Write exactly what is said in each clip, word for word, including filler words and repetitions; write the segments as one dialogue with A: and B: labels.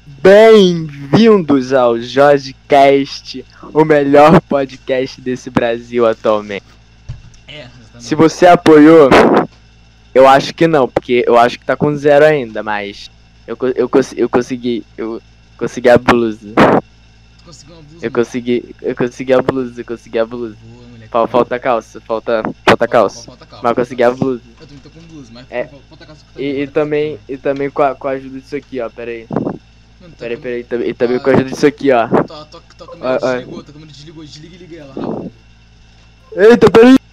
A: Bem-vindos ao JorgeCast, o melhor podcast desse Brasil atualmente.
B: É, exatamente.
A: Se você apoiou, eu acho que não, porque eu acho que tá com zero ainda, mas eu, co- eu, cons- eu consegui, eu consegui a blusa.
B: Conseguiu uma blusa,
A: Eu
B: mano.
A: consegui, eu consegui a blusa, eu consegui a blusa.
B: Boa, moleque.
A: Fal- Falta a calça, falta, falta a calça.
B: Falta calça.
A: Mas eu consegui a blusa.
B: Eu também tô com blusa, mas
A: É,
B: falta calça também.
A: E, e
B: falta calça
A: também, e também com a, com a ajuda disso aqui, ó, pera aí.
B: Mano, tá
A: Pera aí,
B: com-
A: pera aí, também- e também
B: tá-
A: com a ajuda disso aqui, ó.
B: Tua, tua, tua câmera
A: Ó, ó.
B: desligou, tua câmera desligou, desliga e liga ela, rápido.
A: Eita, pera aí.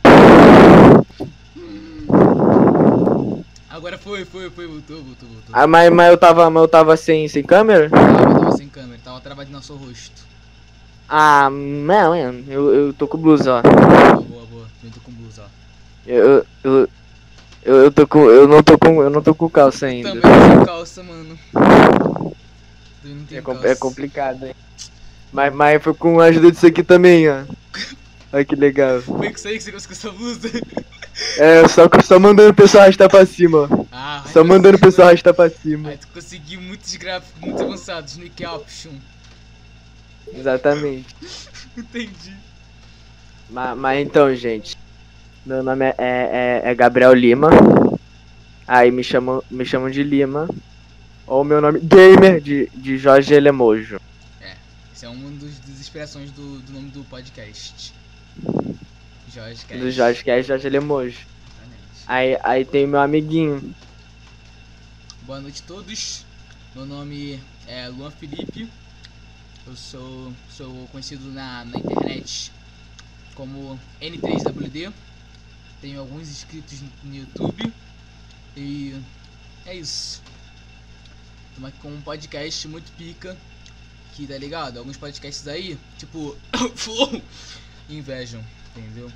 B: Agora foi, foi, foi, voltou, voltou, voltou.
A: Ah, mas, mas eu tava, mas eu tava sem, sem câmera?
B: Tava, tava sem câmera, tava travado no seu rosto.
A: Ah, não, é, eu, eu tô com blusa, ó.
B: Boa, boa, boa. Também tô com blusa, ó.
A: Eu, eu, eu, eu tô com, eu não tô com, eu não tô com calça ainda.
B: Também não tenho calça, mano. Também não
A: É,
B: tenho
A: com-
B: calça.
A: é complicado, hein. Mas, mas foi com a ajuda disso aqui também, ó. Olha que legal.
B: Foi com isso aí que você conseguiu essa blusa?
A: É, só, só mandando o pessoal arrastar pra cima, ó.
B: Ah,
A: Só mandando o pessoal
B: arrastar.
A: arrastar pra cima.
B: Aí tu conseguiu muitos gráficos muito avançados, Nick Option.
A: Exatamente.
B: Entendi.
A: Mas, mas então, gente. Meu nome é, é, é- é Gabriel Lima. Aí me chamam, me chamam de Lima. Ou meu nome gamer de, de Jorge Elemojo.
B: Esse é uma dos, das inspirações do, do nome do podcast. Jorge Cast.
A: Do Jorge que é Jorge Elemojo.
B: Exatamente.
A: Aí, aí tem meu amiguinho.
B: Boa noite a todos. Meu nome é Luan Felipe. Eu sou, sou conhecido na, na internet como N três W D. Tenho alguns inscritos no, no YouTube. E é isso. Estamos aqui com um podcast muito pica. Que tá ligado? Alguns podcasts aí, tipo, Flow, invejam, entendeu?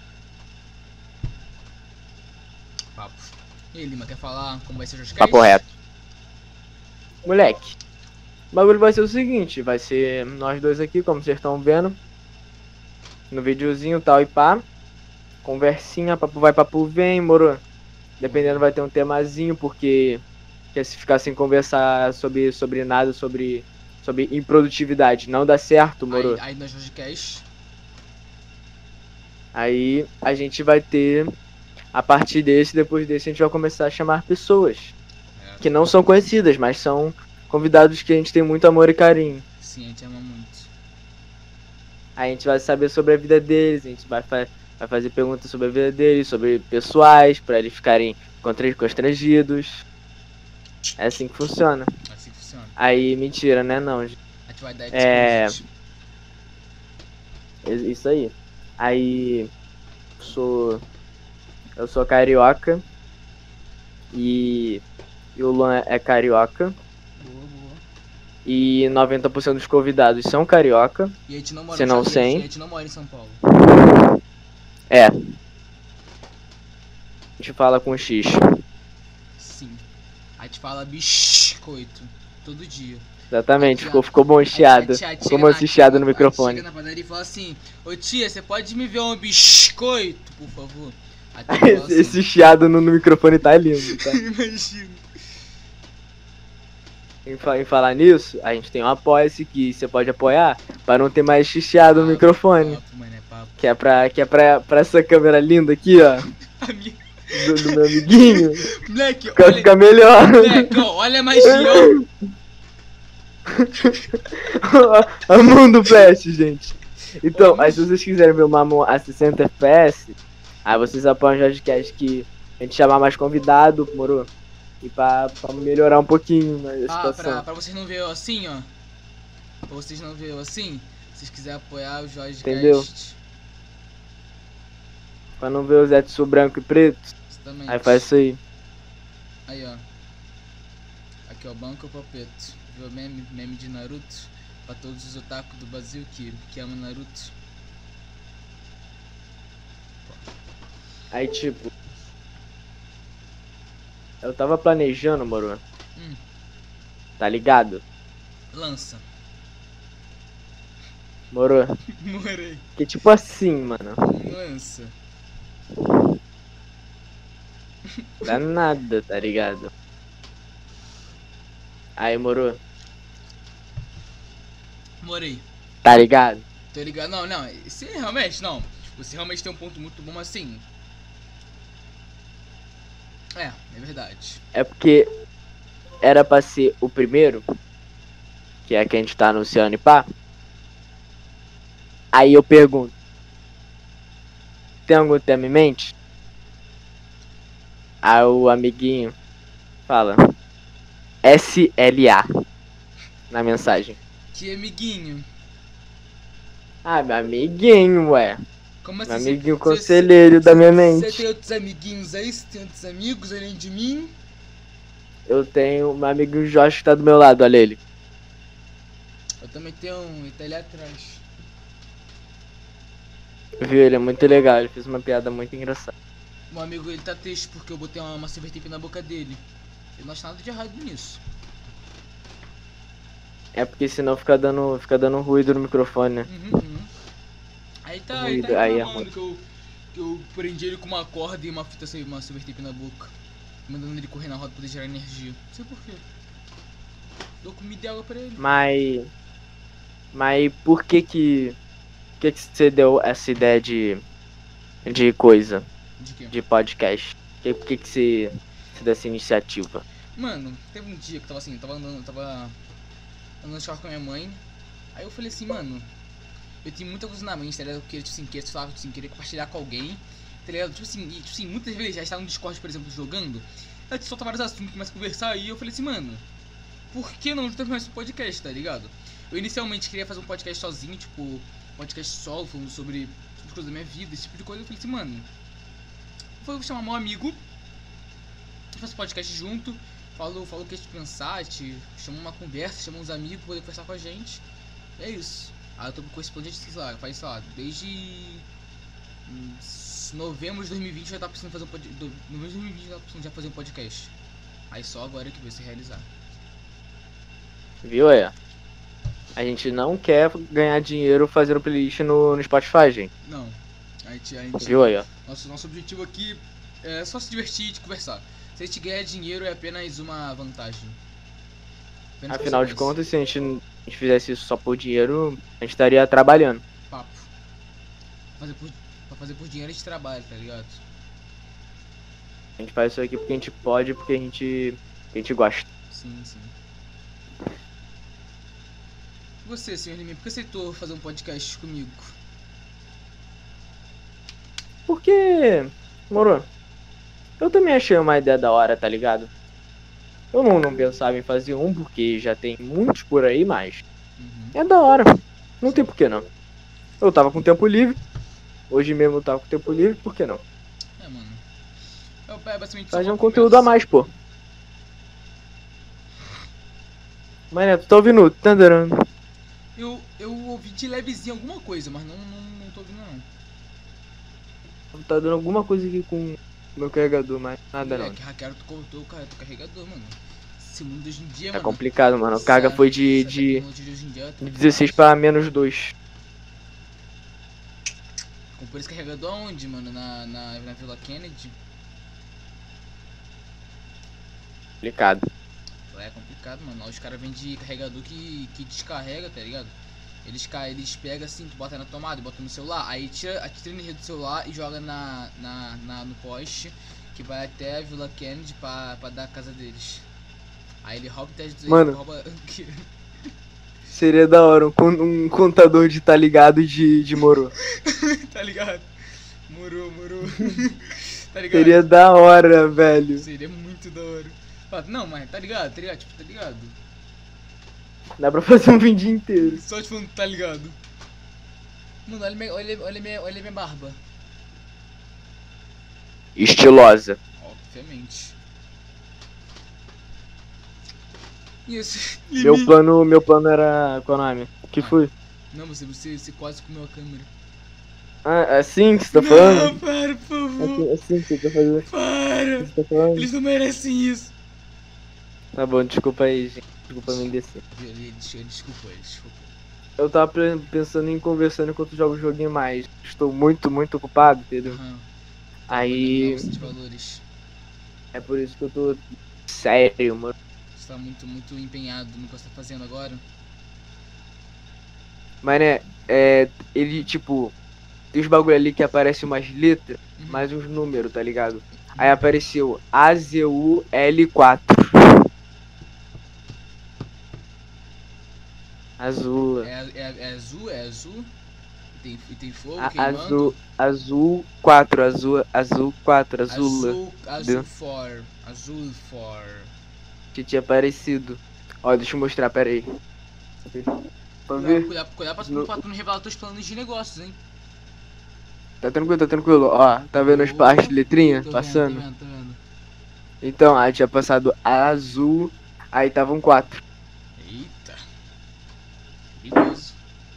B: Papo. E aí, Lima, quer falar como vai ser o Jorge
A: Papo reto. Moleque. O bagulho vai ser o seguinte. Vai ser nós dois aqui, como vocês estão vendo. No videozinho tal e pá. Conversinha, papo vai, papo vem, moro. Dependendo vai ter um temazinho, porque quer se ficar sem conversar sobre, sobre nada, sobre, sobre improdutividade. Não dá certo, moro.
B: Aí, aí no Jorge Cast,
A: Aí a gente vai ter, a partir desse, depois desse, a gente vai começar a chamar pessoas
B: é,
A: que não são conhecidas, mas são convidados que a gente tem muito amor e carinho.
B: sim, a gente ama muito.
A: Aí a gente vai saber sobre a vida deles, a gente vai, fa vai fazer perguntas sobre a vida deles, sobre pessoais, pra eles ficarem contra- constrangidos. É assim que funciona.
B: É assim que funciona.
A: Aí, mentira, né, não, gente.
B: A gente vai dar
A: É.
B: exposed.
A: É isso aí. Aí, eu sou, eu sou carioca e, e o Luan é carioca.
B: Boa, boa.
A: E noventa por cento dos convidados são carioca.
B: E a gente não mora
A: Se
B: nos
A: não
B: Estados Unidos,
A: cem.
B: e a gente não mora em São Paulo.
A: É. A gente fala com X.
B: Sim. A gente fala biscoito todo dia.
A: Exatamente,
B: Aqui,
A: ficou,
B: ó.
A: ficou bom
B: Aí
A: chiado.
B: a tia- a tia
A: Ficou
B: chega
A: manso
B: na-
A: chiado no
B: a tia
A: microfone.
B: Chega na padaria e fala assim: ô tia, você pode me ver um biscoito, por favor? A tia fala
A: Esse,
B: assim,
A: esse chiado no, no microfone tá lindo, tá?
B: imagina.
A: Em, fa- em falar nisso, a gente tem um apoia-se que você pode apoiar pra não ter mais chiado no
B: Papo,
A: microfone.
B: papo, mano, é papo.
A: Que é pra, que é pra, pra essa câmera linda aqui, ó.
B: Amigo,
A: Do, do meu amiguinho.
B: moleque,
A: Pra
B: olha,
A: ficar melhor.
B: moleque, ó, olha a magia, ó.
A: A mão do Flash, gente. Então, aí se vocês quiserem ver o Mamon a sessenta F P S, aí vocês apoiam o JorgeCast que a gente chamar mais convidado, moro? E pra, pra melhorar um pouquinho a
B: Ah,
A: situação.
B: pra, pra vocês não verem eu assim, ó. Pra vocês não verem eu assim, se vocês quiserem apoiar o Jorge
A: Entendeu?
B: Cast,
A: Pra não ver o Zetsu branco e preto,
B: exatamente.
A: aí faz isso aí.
B: Aí, ó. Aqui, ó, Banco Papeto. Viu o meme, meme de Naruto? Pra todos os otaku do Brasil que, que amam Naruto.
A: Aí tipo. Eu tava planejando, moro?
B: Hum.
A: Tá ligado?
B: Lança.
A: Moro?
B: Morei.
A: Que tipo assim, mano.
B: Lança.
A: Dá nada, tá ligado? Aí, moro.
B: Morei.
A: Tá ligado?
B: Tô ligado. Não, não. Você realmente, não. Você realmente tem um ponto muito bom, assim. É, é verdade.
A: É porque era pra ser o primeiro, que é que a gente tá anunciando e pá. Aí eu pergunto, tem algum tema em mente? Aí o amiguinho fala S L A na mensagem.
B: Que amiguinho.
A: Ah, meu amiguinho, ué.
B: Como
A: Meu
B: assim?
A: amiguinho
B: Cê- cê-
A: conselheiro da minha
B: Você
A: mente.
B: tem outros amiguinhos aí? Você tem outros amigos além de mim?
A: Eu tenho meu amigo Jorge que tá do meu lado, olha ele.
B: Eu também tenho um, ele tá ali atrás.
A: Viu? Ele é muito legal, ele fez uma piada muito engraçada.
B: Meu amigo, ele tá triste porque eu botei uma, uma silver tape na boca dele. Ele não acha nada de errado nisso.
A: É porque senão fica dando, fica dando ruído no microfone, né?
B: Uhum, uhum. Aí tá, aí tá
A: Ruído, aí é
B: reclamando
A: ruim.
B: que eu, que eu prendi ele com uma corda e uma fita, uma silver tape na boca. Mandando ele correr na roda pra poder gerar energia. Não sei porquê. Dou comida e água pra ele.
A: Mas. Mas por que que. Por que que você deu essa ideia de. De coisa?
B: De quê?
A: De podcast? Por que, por que que você. Você deu essa iniciativa?
B: Mano, teve um dia que tava assim, eu tava andando, eu tava andando de carro com a minha mãe. Aí eu falei assim, mano, eu tenho muita coisa na mente, tá ligado? Eu queria, tipo assim, queria, tipo assim, queria compartilhar com alguém, tá ligado? Tipo assim, e, tipo assim, muitas vezes já está no Discord, por exemplo, jogando, a gente solta vários assuntos, começa a conversar, e eu falei assim, mano, por que não transformar isso em podcast, tá ligado? Eu inicialmente queria fazer um podcast sozinho, tipo, podcast solo, falando sobre as coisas da minha vida, esse tipo de coisa. Eu falei assim, mano, vou chamar meu amigo, a gente faz podcast junto, falo, falo o que a gente pensar, a gente chama uma conversa, chama uns amigos pra poder conversar com a gente. É isso. Aí eu tô com esse plano de, sei lá, faz, sei lá, desde hum, novembro de dois mil e vinte eu já tava precisando fazer um podcast. Novembro de dois mil e vinte eu já tava precisando já fazer um podcast. Aí só agora que vai se realizar.
A: Viu aí? A gente não quer ganhar dinheiro fazendo playlist no, no Spotify, gente.
B: Não. A gente, a gente,
A: Viu aí, ó?
B: Nosso, nosso objetivo aqui é só se divertir e de conversar. Se a gente ganhar dinheiro é apenas uma vantagem. Apenas
A: Afinal de
B: consequência.
A: contas, se a gente, a gente fizesse isso só por dinheiro, a gente estaria trabalhando.
B: Papo. Fazer por, pra fazer por dinheiro a gente trabalha, tá ligado?
A: A gente faz isso aqui porque a gente pode, porque a gente, a gente gosta.
B: Sim, sim. E você, senhor Limi, por que aceitou fazer um podcast comigo?
A: Porque, moro, eu também achei uma ideia da hora, tá ligado? Eu não, não pensava em fazer um, porque já tem muitos por aí, mas
B: Uhum.
A: é da hora. Não tem por que não. Eu tava com tempo livre, hoje mesmo eu tava com tempo livre, por que não?
B: É, mano. É, é basicamente só
A: Fazer
B: uma
A: um conteúdo a
B: conversa.
A: mais, pô. Mané, tu tá ouvindo? o tandaran?
B: Eu, eu ouvi de levezinho alguma coisa, mas não, não, não tô ouvindo não.
A: Tá dando alguma coisa aqui com o meu carregador, mas nada não.
B: Moleque, hackearam tu cortou o cara, do carregador, mano. Esse mundo de hoje em dia,
A: Tá
B: mano.
A: complicado, mano. A carga
B: essa-
A: foi de,
B: essa
A: de,
B: tecnologia de hoje em dia é
A: de dezesseis pra menos dois.
B: Comprou esse carregador aonde, mano? Na, na, na Vila Kennedy?
A: Complicado.
B: É complicado, mano. Lá os caras vendem carregador que, que descarrega, tá ligado? Eles, ca- eles pegam assim, tu bota na tomada, bota no celular, aí tira, aí tira a energia do celular e joga na, na, na- no poste que vai até a Vila Kennedy pra, pra dar a casa deles. Aí ele rouba o teste do
A: Mano.
B: rouba.
A: Seria da hora um, con- um contador de tá ligado de, de Moro.
B: Tá ligado? Morou, morou. Tá ligado?
A: Seria da hora, velho.
B: Seria muito da hora. Fala, não, mas tá ligado, tá ligado? Tipo, tá ligado?
A: Dá pra fazer um vídeo inteiro.
B: Só te falando, tá ligado? Mano, olha minha, olha, olha minha, olha minha barba.
A: Estilosa.
B: Obviamente. Isso.
A: Meu plano, meu plano era. Qual é o nome? O que
B: Ah.
A: foi?
B: Não, você, você, você quase comeu a câmera.
A: Ah, é assim que você tá falando?
B: Não, para, por favor.
A: Assim, assim que você tá fazendo.
B: Para.
A: Você tá falando?
B: Eles não merecem isso.
A: Tá bom, desculpa aí, gente. Desculpa me descer.
B: Ele, ele, desculpa, ele, desculpa.
A: Eu tava pre- pensando em conversando enquanto jogo o joguinho mais. Estou muito, muito ocupado, entendeu?
B: Aham.
A: Aí.
B: Não, de valores.
A: É por isso que eu tô sério, mano.
B: Você tá muito, muito empenhado no que você tá fazendo agora.
A: Mané, é. Ele, tipo. Tem os bagulho ali que aparece umas letras,
B: Uhum.
A: mais uns números, tá ligado? Aí apareceu A Z U L quatro. Azul.
B: É, é, é azul, é azul. E tem, e tem fogo
A: A-
B: queimando.
A: azul. Azul quatro. Azul. Azul quatro. Azul.
B: Azul, azul
A: Deu.
B: for. Azul for.
A: Que tinha aparecido. Ó, deixa eu mostrar, pera aí. Pra
B: Cuidado,
A: ver?
B: cuidado, cuidado pra,
A: No-
B: pra tu não revelar teus planos de negócios, hein?
A: Tá tranquilo, tá tranquilo. Ó, tá vendo as
B: Opa,
A: partes de letrinha
B: tô
A: passando?
B: Vendo, tô vendo, tô vendo.
A: Então, aí tinha passado azul, aí tava um quatro.
B: Eita. Perigoso.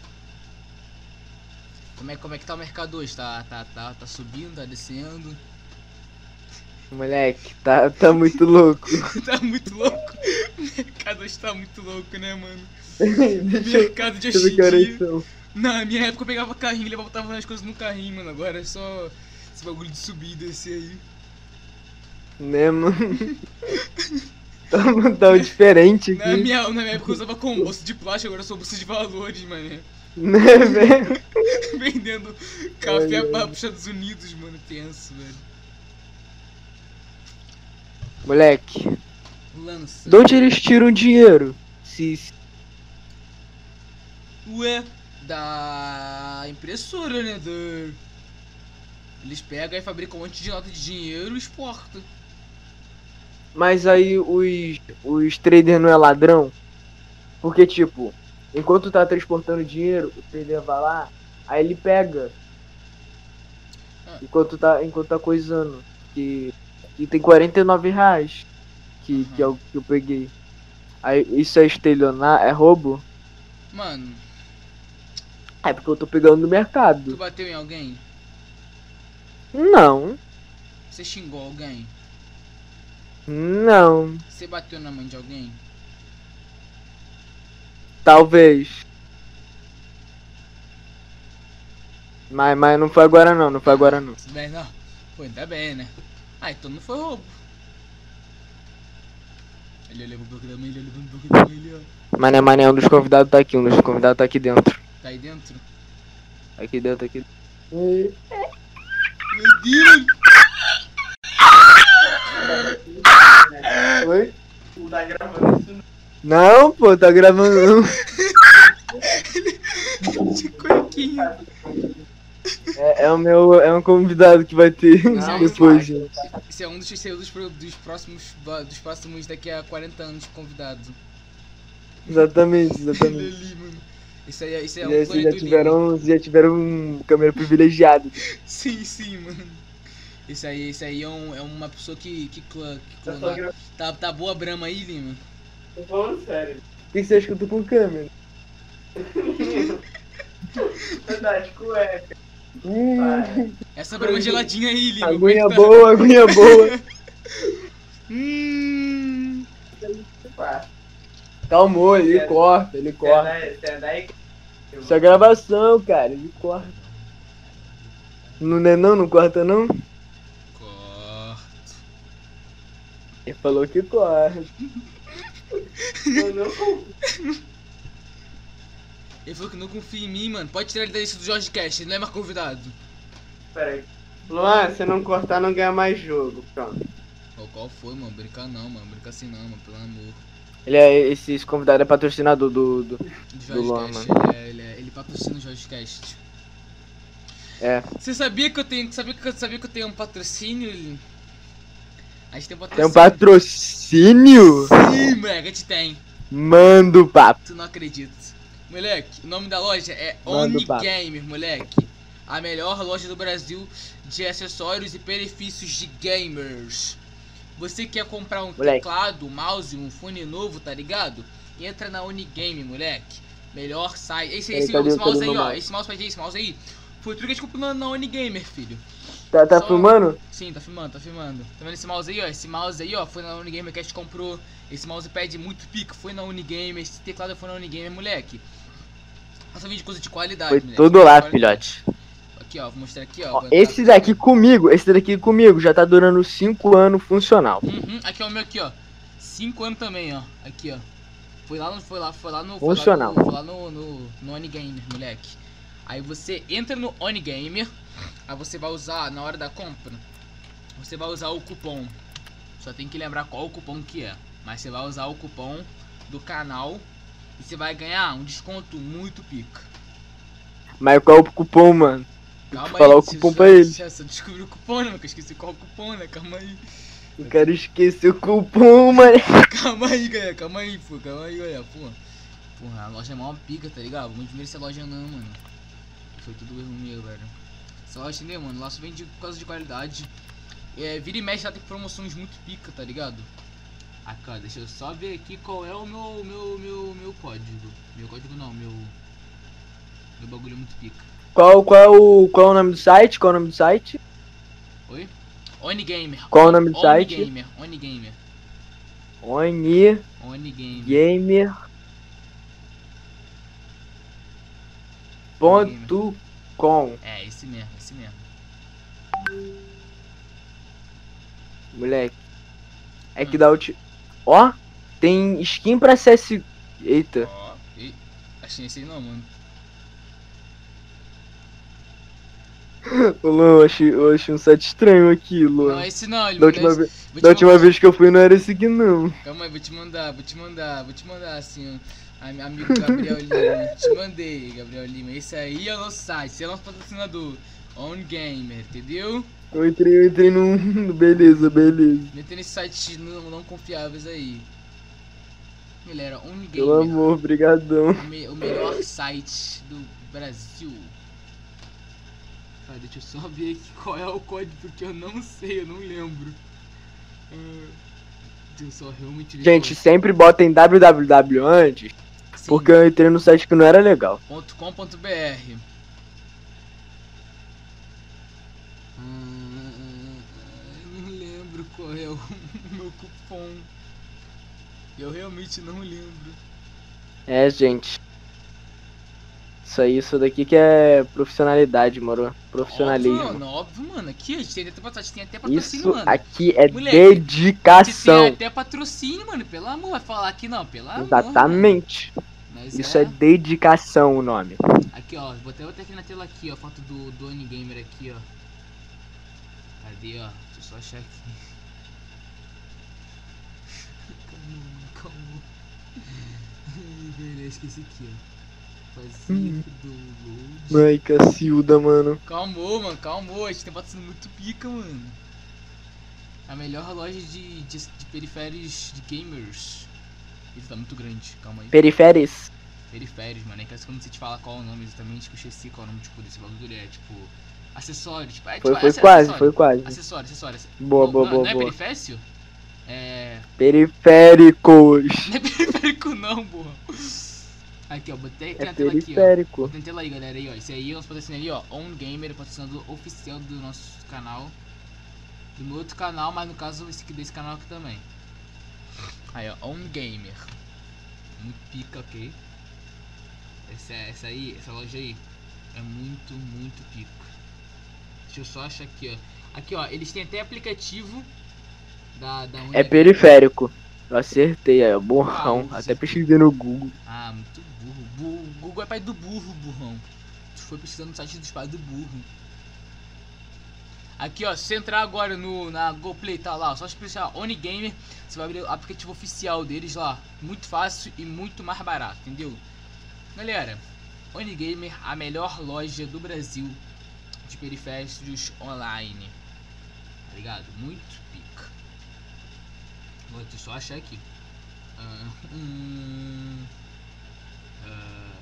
B: Como é, como é que tá o mercado hoje? Tá, tá, tá, tá subindo, tá descendo?
A: Moleque, tá, tá muito louco.
B: Tá muito louco. O mercado hoje tá muito louco, né, mano?
A: Deixa eu
B: Mercado de
A: deixa eu ver
B: hoje
A: que
B: em
A: horas
B: dia.
A: são.
B: Na minha época eu pegava carrinho e botava as coisas no carrinho, mano. Agora é só esse bagulho de subir e descer aí.
A: Né, mano? Tá, tá diferente
B: Na
A: aqui.
B: minha, na minha época eu usava com bolsa de plástico, agora eu sou bolsa de valores, mano.
A: Né, velho?
B: Vendendo café
A: Ai,
B: para
A: ai.
B: os Estados Unidos, mano. Tenso, velho.
A: Moleque,
B: Lança.
A: de onde eles tiram dinheiro? Se, se-
B: Ué, da impressora, né? Da... Eles pegam e fabricam um monte de nota de dinheiro e exportam.
A: Mas aí os, os traders não é ladrão? Porque, tipo, enquanto tá transportando dinheiro, o trader vai lá, aí ele pega.
B: Ah.
A: Enquanto tá, enquanto tá coisando. Que, que tem quarenta e nove reais. Que, que é o que eu peguei. Aí isso é estelionar? É roubo?
B: Mano,
A: É porque eu tô pegando no
B: tu
A: mercado.
B: bateu em alguém?
A: Não,
B: Você xingou alguém?
A: não.
B: Você bateu na mãe de alguém?
A: Talvez. Mas, mas não foi agora não, não foi agora não.
B: Tudo bem, não? Pô, ainda bem, né? Ah, então não foi roubo. Ele levou o bloco da mãe, ele levou o bloco da mãe ali, ó.
A: Mané, mané, um dos convidados tá aqui, um dos convidados tá aqui dentro.
B: Tá aí dentro?
A: Aqui dentro, aqui.
B: Meu Deus!
A: Oi? Tá gravando isso? Não, pô, tá gravando não.
B: De cuequinha.
A: É, é o meu, é um convidado que vai ter
B: Não,
A: depois,
B: não.
A: gente.
B: Esse é um dos, esse é um dos, pro- dos próximos. Dos próximos daqui a quarenta anos convidados.
A: Exatamente,
B: Ele
A: exatamente.
B: ali, mano. Isso aí, é- isso aí é
A: Já,
B: um
A: vocês
B: clone
A: já
B: do Lima.
A: tiveram, já tiveram um câmera privilegiado.
B: Sim, sim, mano. Esse aí, esse aí é, um, é uma pessoa que, que, clã, que clonar. Tá, tá boa a Brahma aí, Lima?
A: Tô falando sério. Por que você acha que eu tô com câmera? Verdade, cueca. Hum,
B: Essa Brahma geladinha aí, Lima.
A: aguinha
B: como é que tá?
A: boa, aguinha boa.
B: Hum.
A: Calmou, ele corta, ele corta. Isso é gravação, cara, ele corta. Não é não? Não corta não?
B: Corto.
A: Ele falou que corta. Não, não.
B: Ele falou que não confia em mim, mano. Pode tirar ele da lista do Jorge Cash, ele não é mais convidado.
A: Pera aí. Luan, se não cortar, não ganha mais jogo. Pronto.
B: Ô, qual foi, mano? Brincar não, mano. Brincar assim não, mano. Pelo amor.
A: Ele é, esse, esse convidado é patrocinador do... do...
B: Do
A: Do
B: Jorge
A: Luan,
B: Cast,
A: mano.
B: ele, é, ele, é, ele patrocina o Jorge Cast.
A: É.
B: Você sabia que eu tenho. Sabia que eu sabia que eu tenho um patrocínio? Lili? A gente tem um
A: Tem
B: patrocínio.
A: um patrocínio?
B: Sim, moleque, a gente tem.
A: Manda o papo.
B: Tu não acredita. Moleque, o nome da loja é
A: Manda o papo.
B: Onigamer, moleque. A melhor loja do Brasil de acessórios e benefícios de gamers. Você quer comprar um
A: Moleque.
B: teclado, um mouse, um fone novo, tá ligado? Entra na Unigame, moleque. Melhor site. Esse,
A: Peraí,
B: esse,
A: cadê-
B: esse mouse
A: cadê
B: aí,
A: meu
B: ó.
A: mouse?
B: Esse mouse, pede aí, esse mouse aí. Foi tudo que a gente comprou na, na Unigamer, filho.
A: Tá, tá
B: Só-
A: filmando?
B: Sim, tá filmando, tá filmando. Tá vendo esse mouse aí, ó? Esse mouse aí, ó, foi na Unigamer que a gente comprou. Esse mousepad muito pica, foi na Unigamer. Esse teclado foi na Unigamer, moleque. Faça vídeo de coisa de qualidade,
A: Foi
B: moleque.
A: tudo lá,
B: Qualidade.
A: filhote.
B: Aqui, ó, vou mostrar aqui, ó.
A: Ó,
B: Vou entrar
A: esse
B: aqui.
A: daqui comigo, esse daqui comigo já tá durando cinco anos funcional.
B: Uhum, aqui é o meu aqui, ó. cinco anos também, ó. Aqui, ó. Foi lá no. Foi lá, foi lá no.
A: Funcional.
B: Foi lá no, no, no Onigamer, moleque. Aí você entra no Onigamer. Aí você vai usar, na hora da compra, você vai usar o cupom. Só tem que lembrar qual o cupom que é. Mas você vai usar o cupom do canal e você vai ganhar um desconto muito pica.
A: Mas qual é o cupom, mano?
B: Calma aí,
A: falar o cupom pra ele.
B: Já só descobri o cupom, né? Porque eu esqueci qual o cupom, né? Calma aí.
A: Eu quero esquecer o cupom, mano.
B: Calma aí, galera. Calma aí, pô. Calma aí, galera. Pô. Porra, a loja é mó pica, tá ligado? Muito dinheiro essa loja não, mano. Foi tudo erro meu, velho. Essa loja, entendeu, mano? Lá só vende por causa de qualidade. É, vira e mexe, lá tem promoções muito pica, tá ligado? Aqui, ó, deixa eu só ver aqui qual é o meu, meu, meu, meu código. Meu código não, meu... Meu bagulho é muito pica.
A: Qual, qual, é o, qual é o nome do site? Qual é o nome do site?
B: Oi? Onigamer.
A: Qual é o nome do site?
B: Onigamer. Onigamer.
A: Oni...
B: Onigamer.
A: Gamer. Ponto com.
B: É, esse mesmo, esse mesmo.
A: Moleque. É que dá o t... Ó, tem skin pra C S... Eita.
B: Ó, e... achei esse aí não, mano.
A: Ô, Luan, eu achei, eu achei um site estranho aqui, Luan.
B: Não, é esse não, ele
A: Da última, ve...
B: vou
A: da última
B: mandar...
A: vez que eu fui não era esse aqui, não.
B: Calma aí, vou te mandar, vou te mandar, vou te mandar assim, ó. Amigo Gabriel Lima, te mandei, Gabriel Lima. Esse aí é o nosso site, esse é o nosso patrocinador. Onigamer, entendeu?
A: Eu entrei, eu entrei num... Beleza, beleza.
B: Metendo esses sites não, não confiáveis aí. Galera, Onigamer.
A: Pelo amor, brigadão.
B: O, me, o melhor site do Brasil. Cara, deixa eu só ver aqui qual é o código, porque eu não sei, eu não lembro. Uh, eu só realmente ver
A: Gente,
B: qual...
A: sempre botem www antes. Sim. Porque eu entrei no site que não era legal.
B: .com.br. Hum, eu não lembro qual é o meu cupom. Eu realmente não lembro.
A: É, gente. Isso aí, isso daqui que é profissionalidade, moro? Profissionalismo.
B: Óbvio, mano, óbvio, mano. Aqui a gente tem até, a gente tem até patrocínio,
A: isso
B: mano.
A: Aqui é
B: Moleque,
A: dedicação.
B: A gente tem até patrocínio, mano. Pelo amor, vai falar aqui não, pelo amor.
A: Exatamente.
B: Mas
A: isso é...
B: é
A: dedicação o nome.
B: Aqui, ó. Vou até botar aqui na tela aqui, ó. Foto do, do Onigamer aqui, ó. Cadê, ó? Deixa eu só achar aqui. Calma, calma. Ai, velho, esqueci aqui, ó. Fazer hum. download.
A: Ai, Cacilda, mano.
B: Calmou, mano, calmou. A gente tem patrocínio muito pica, mano. A melhor loja de, de, de periféricos de gamers. Ele tá muito grande, calma aí.
A: Periféricos?
B: Periféricos, mano. É que quando você te fala qual é o nome exatamente, que eu esqueci qual é o nome tipo, desse bagulho. É tipo. Acessório, tipo. É,
A: foi
B: tipo,
A: foi
B: é,
A: quase,
B: acessório.
A: foi quase.
B: Acessório, acessório.
A: Boa,
B: não,
A: boa,
B: não,
A: boa.
B: Não é
A: boa.
B: periférico? É.
A: Periféricos.
B: Não é periférico, não, porra. Aqui, ó, botei aqui
A: é
B: na tela aqui, ó. Botei na tela aí, galera, aí, ó. Esse aí é o nosso patrocinador aí, ó. Onigamer, patrocinador oficial do nosso canal. Do meu outro canal, mas no caso esse aqui desse canal aqui também. Aí, ó, Onigamer. Muito pica, ok? Essa, essa aí, essa loja aí é muito, muito pica. Deixa eu só achar aqui, ó. Aqui, ó, eles têm até aplicativo da, da
A: é periférico. Eu acertei, aí, ó, burrão.
B: Ah,
A: até pesquisei no Google.
B: Ah, muito burro. burro. Google é pai do burro, burrão. Tu foi pesquisando no site dos pais do burro. Aqui, ó, se você entrar agora no, na Google Play, tá lá, ó, só especial Onigamer, você vai abrir o aplicativo oficial deles lá. Muito fácil e muito mais barato, entendeu? Galera, Onigamer, a melhor loja do Brasil de periféricos online. Tá ligado? Muito pica. Vou só achar aqui. Uh, hum, uh,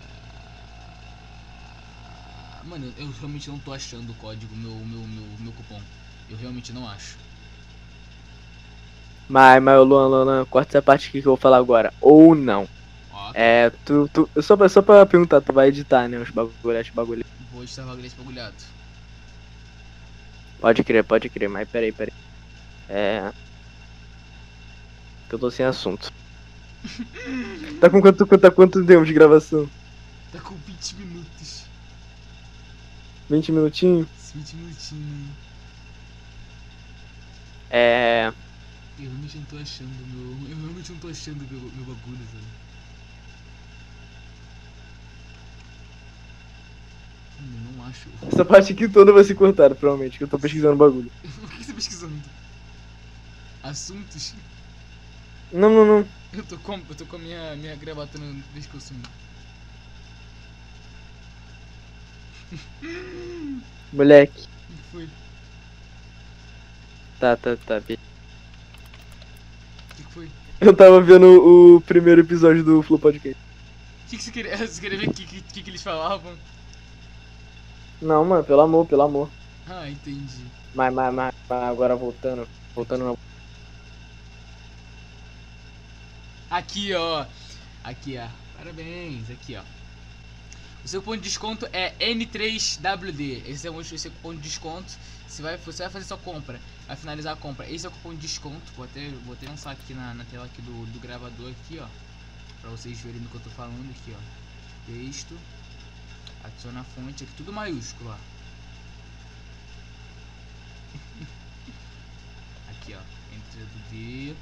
B: mano, eu realmente não tô achando o código, meu, meu, meu, meu cupom. Eu realmente não acho.
A: Mas, mas, Luan, Luan, Luan, corta essa parte aqui que eu vou falar agora. Ou não.
B: Ó,
A: é, tu, tu, só, pra, só pra perguntar, tu vai editar, né, os bagulhos, os bagulhos.
B: Vou editar o bagulho bagulhado.
A: Pode crer, pode crer, mas peraí, peraí. É... que eu tô sem assunto. Tá com quanto, tá quanto tempo de gravação?
B: Tá com vinte minutos.
A: vinte minutinhos?
B: vinte minutinhos, mano.
A: É...
B: Eu realmente não tô achando meu... Eu realmente não tô achando meu, meu bagulho, velho. Macho.
A: Essa parte aqui toda vai ser cortada, provavelmente, que eu tô pesquisando o bagulho.
B: O que você tá pesquisando? Assuntos?
A: Não, não, não.
B: Eu tô com, eu tô com a minha, minha gravata no pescoço.
A: Moleque.
B: O que foi?
A: Tá, tá, tá. be-
B: O que que foi?
A: Eu tava vendo o primeiro episódio do Flow Podcast.
B: O que, que você queria? Você queria ver o que, que, que eles falavam?
A: Não, mano, pelo amor, pelo amor.
B: Ah, entendi.
A: Mas, mas, mas, mas agora voltando. Voltando não.
B: Aqui, ó. Aqui, ó. Parabéns. Aqui, ó. O seu cupom de desconto é N três W D. Esse é o seu cupom de desconto. Você vai, você vai fazer sua compra, vai finalizar a compra. Esse é o cupom de desconto. Vou até, vou até lançar aqui na, na tela aqui do, do gravador aqui, ó. Pra vocês verem do que eu tô falando aqui, ó. Texto. Adiciona a fonte aqui, tudo maiúsculo, ó. Aqui, ó. N três W D.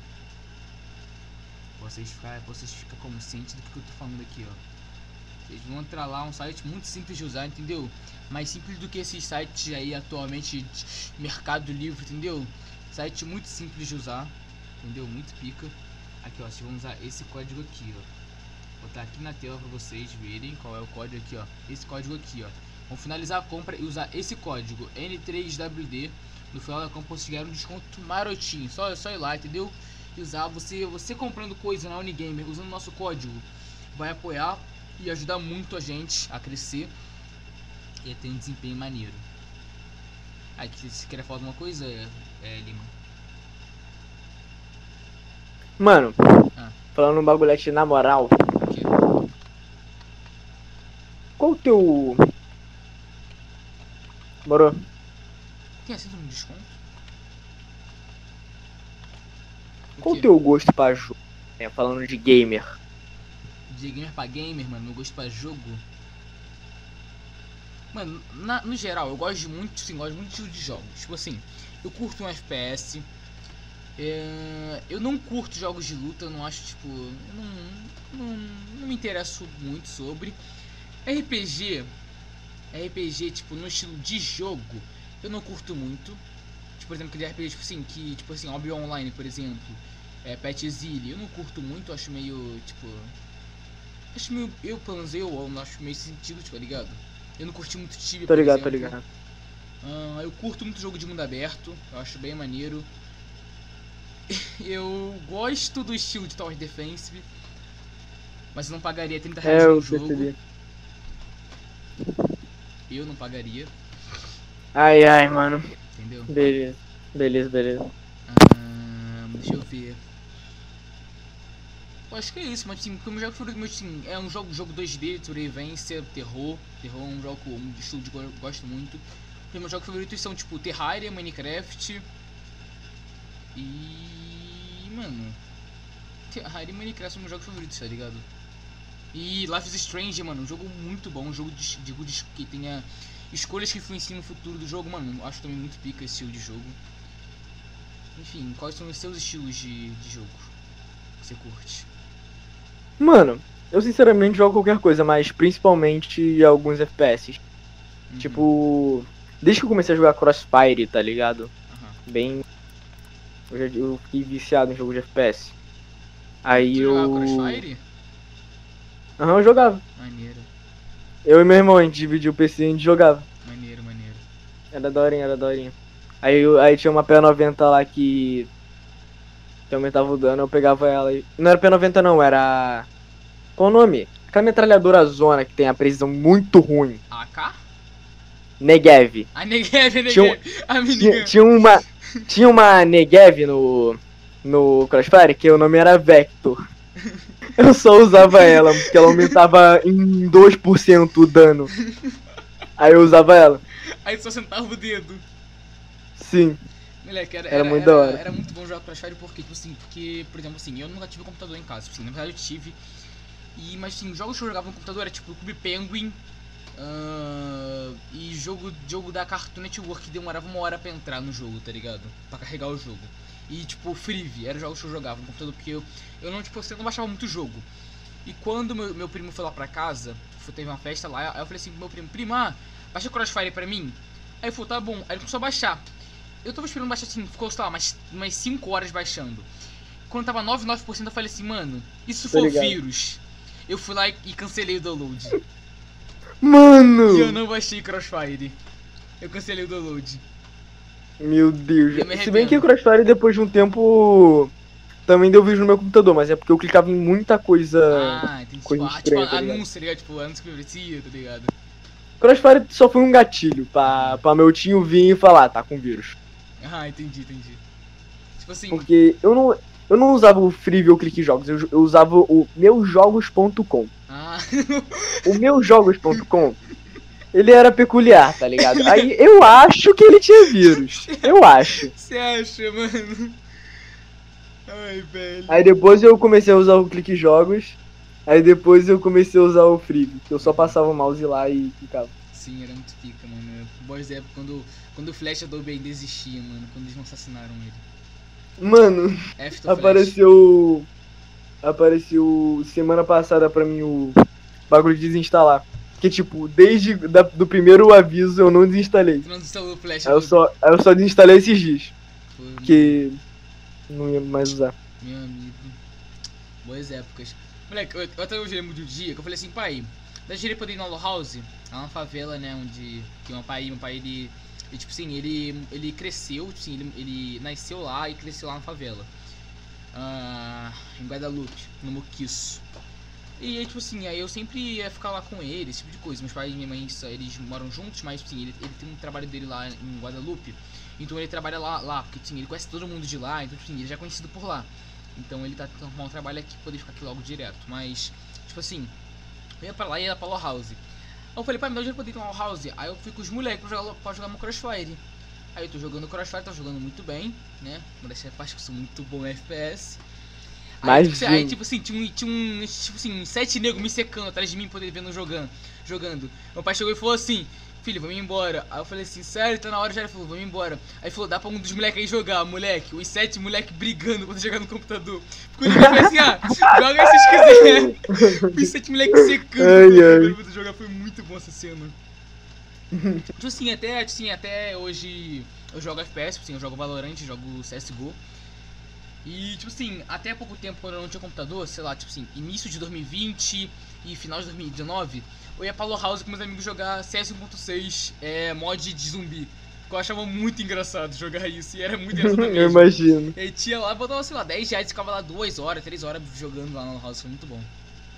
B: Vocês ficam, vocês ficam conscientes do que eu tô falando aqui, ó. Vocês vão entrar lá, um site muito simples de usar, entendeu? Mais simples do que esses sites aí atualmente de Mercado Livre, entendeu? Site muito simples de usar, entendeu? Muito pica. Aqui, ó, vocês vão usar esse código aqui, ó. Vou botar aqui na tela pra vocês verem qual é o código aqui, ó. Esse código aqui, ó. Vão finalizar a compra e usar esse código N três W D. No final da compra vocês ganharam um desconto marotinho. Só, só ir lá, entendeu? E usar, você, você comprando coisa na Unigamer, usando o nosso código, vai apoiar e ajudar muito a gente a crescer e a ter um desempenho maneiro. Aí, você quer falar alguma coisa, é, Lima?
A: Mano,
B: Ah.
A: falando um bagulhete na moral.
B: O quê?
A: Qual o teu. Moro?
B: Tem assento no desconto? O
A: Qual o
B: quê?
A: teu gosto pra jogo? É, falando de gamer.
B: De gamer pra gamer, mano, meu gosto pra jogo. Mano, na, no geral, eu gosto de muito, sim, gosto muito de estilo de jogos. Tipo assim, eu curto um F P S. É, eu não curto jogos de luta, eu não acho, tipo. Eu não, não, não me interesso muito sobre. R P G. R P G, tipo, no estilo de jogo, eu não curto muito. Tipo, por exemplo, aquele R P G, tipo assim, que, tipo assim, Hobby Online, por exemplo. É, Pet Exile, eu não curto muito, eu acho meio, tipo. Acho meio, eu pelo menos eu, eu não acho meio sentido, tá ligado? Eu não curti muito Tibia,
A: Tô
B: por
A: ligado, tô
B: exemplo.
A: ligado.
B: Ah, eu curto muito jogo de mundo aberto, eu acho bem maneiro. Eu gosto do estilo de Tower Defense, mas eu não pagaria trinta reais
A: É,
B: no
A: eu
B: jogo.
A: percebi.
B: Eu não pagaria,
A: Ai, ai, mano.
B: entendeu?
A: Beleza. Beleza, beleza.
B: Ah, deixa eu ver. Eu acho que é isso, mas assim, porque o meu jogo favorito assim, é um jogo, jogo dois D, sobrevivência, terror. Terror é um jogo, um estilo de que eu gosto muito. Porque meus jogos favoritos são tipo Terraria, Minecraft. E. Mano. Terraria e Minecraft são meus jogos favoritos, tá ligado? E Life is Strange, mano, um jogo muito bom, um jogo de, de, de, que tenha escolhas que influenciam no futuro do jogo, mano. Eu acho também muito pica esse estilo de jogo. Enfim, quais são os seus estilos de, de jogo que você curte?
A: Mano, eu sinceramente jogo qualquer coisa, mas principalmente alguns F P S.
B: Uhum.
A: Tipo, desde que eu comecei a jogar Crossfire, tá ligado?
B: Aham.
A: Bem. Eu, já, eu fiquei viciado em jogo de F P S. Aí
B: Tu
A: eu.
B: jogava Crossfire?
A: Aham, eu jogava.
B: Maneiro,
A: Eu e meu irmão, a gente dividia o P C e a gente jogava.
B: maneiro, maneiro.
A: Era daorinha, era daorinha. Aí, eu- aí tinha uma P noventa lá que. Que aumentava o dano, eu pegava ela e. Não era P noventa não, era. Qual o nome? Aquela metralhadora zona que tem a precisão muito ruim.
B: A K?
A: Negev.
B: A Negev, a
A: Tinha um-
B: Negev. A
A: Tinha,
B: menina.
A: tinha uma. Tinha uma Negev no. No Crossfire que o nome era Vector. Eu só usava ela, porque ela aumentava em dois por cento o dano. Aí eu usava ela.
B: Aí só sentava o dedo.
A: Sim.
B: Moleque, era,
A: Era
B: era,
A: muito
B: era,
A: da hora.
B: era muito bom jogar Crossfire porque, tipo assim, porque, por exemplo, assim, eu nunca tive computador em casa, tipo assim, na verdade eu tive. E, mas assim, os jogos que eu jogava no computador era tipo Cube Penguin. ah, e jogo, jogo da Cartoon Network que demorava uma hora pra entrar no jogo, tá ligado? Pra carregar o jogo. E tipo, Freevee, eram jogos que eu jogava no computador, porque eu, eu não, tipo, eu não baixava muito jogo. E quando meu, meu primo foi lá pra casa, foi, teve uma festa lá, aí eu falei assim pro meu primo, primo, ah, baixa o Crossfire pra mim. Aí ele falou, tá bom. Aí ele começou a baixar. Eu tava esperando baixar assim, ficou, sei lá, umas, umas cinco horas baixando. Quando tava noventa e nove por cento eu falei assim, mano, e se for vírus? Eu fui lá e, e cancelei o download.
A: Mano!
B: E eu não baixei Crossfire. Eu cancelei o download.
A: Meu Deus. Se bem que o Crossfire depois de um tempo também deu vídeo no meu computador, mas é porque eu clicava em muita coisa.
B: Ah, entendi.
A: Coisa
B: Tipo,
A: estranha,
B: tipo
A: tá
B: anúncio, tá ligado? Tipo, anúncio que merecia, tá ligado?
A: Crossfire só foi um gatilho pra, pra meu tio vir e falar, tá com vírus.
B: Ah, entendi, entendi. Tipo assim.
A: Porque eu não, eu não usava o Freeview Clique Jogos, eu, eu usava o meusjogos ponto com.
B: Ah.
A: O meusjogos ponto com, ele era peculiar, tá ligado? Aí eu acho que ele tinha vírus. Eu acho.
B: Você acha, mano? Ai, velho.
A: Aí depois eu comecei a usar o Clique Jogos. Aí depois eu comecei a usar o Freeview, que eu só passava o mouse lá e ficava.
B: Sim, era muito pica, mano. Boas épocas, quando, quando o Flash Adobe ainda existia, mano. Quando eles não assassinaram ele.
A: Mano,
B: After
A: apareceu. Flash. Apareceu semana passada pra mim o bagulho de desinstalar. Que tipo, desde da, do primeiro aviso eu não desinstalei.
B: Tu não desinstalou o Flash
A: Aí eu
B: Adobe?
A: só, aí eu só desinstalei esses dias.
B: Pô,
A: porque não ia mais usar.
B: Meu amigo. Boas épocas. Moleque, eu, eu até hoje lembro de um dia que eu falei assim, pai, dá direito pra ir na Law House? É uma favela, né, onde que meu pai, meu pai, ele, ele tipo assim, ele, ele cresceu, tipo assim, ele, ele nasceu lá e cresceu lá na favela. Uh, em Guadalupe, no Moquiço. E aí, tipo assim, aí eu sempre ia ficar lá com ele, esse tipo de coisa. Meus pais e minha mãe, eles moram juntos, mas assim, ele, ele tem um trabalho dele lá em Guadalupe. Então ele trabalha lá, lá porque assim, ele conhece todo mundo de lá, então assim, ele já é conhecido por lá. Então ele tá tentando arrumar um trabalho aqui, poder ficar aqui logo direto. Mas, tipo assim, eu ia pra lá e ia pra Law House. Aí eu falei, pai, me dá um dinheiro pra poder ir pra Law House. Aí eu fui com os moleques pra jogar, pra jogar meu Crossfire. Aí eu tô jogando Crossfire, tô jogando muito bem, né? Uma das partes que eu sou muito bom em F P S. Aí, tipo, assim, aí, tipo assim, tinha um, tinha um tipo assim, sete negros me secando atrás de mim, poder vendo jogando, jogando. Meu pai chegou e falou assim, filho, vamos embora. Aí eu falei assim, sério, tá na hora já. Ele falou, vamos embora. Aí falou, dá pra um dos moleques aí jogar, moleque. Os sete moleques brigando pra jogar no computador. Ficou ele falou assim, ah, joga aí se vocês quiserem. Os sete moleques secando ai, ai. Pra jogar, foi muito bom essa cena. Tipo assim, até, assim, até hoje eu jogo F P S, assim, eu jogo Valorant, jogo C S G O. E, tipo assim, até há pouco tempo, quando eu não tinha computador, sei lá, tipo assim, início de dois mil e vinte e final de dois mil e dezenove, eu ia pra Law House com meus amigos jogar C S um ponto seis, é, mod de zumbi. Porque eu achava muito engraçado jogar isso, e era muito engraçado mesmo.
A: Eu imagino.
B: E tinha lá, botava, sei lá, dez reais, ficava lá duas horas, três horas jogando lá na Law House, foi muito bom.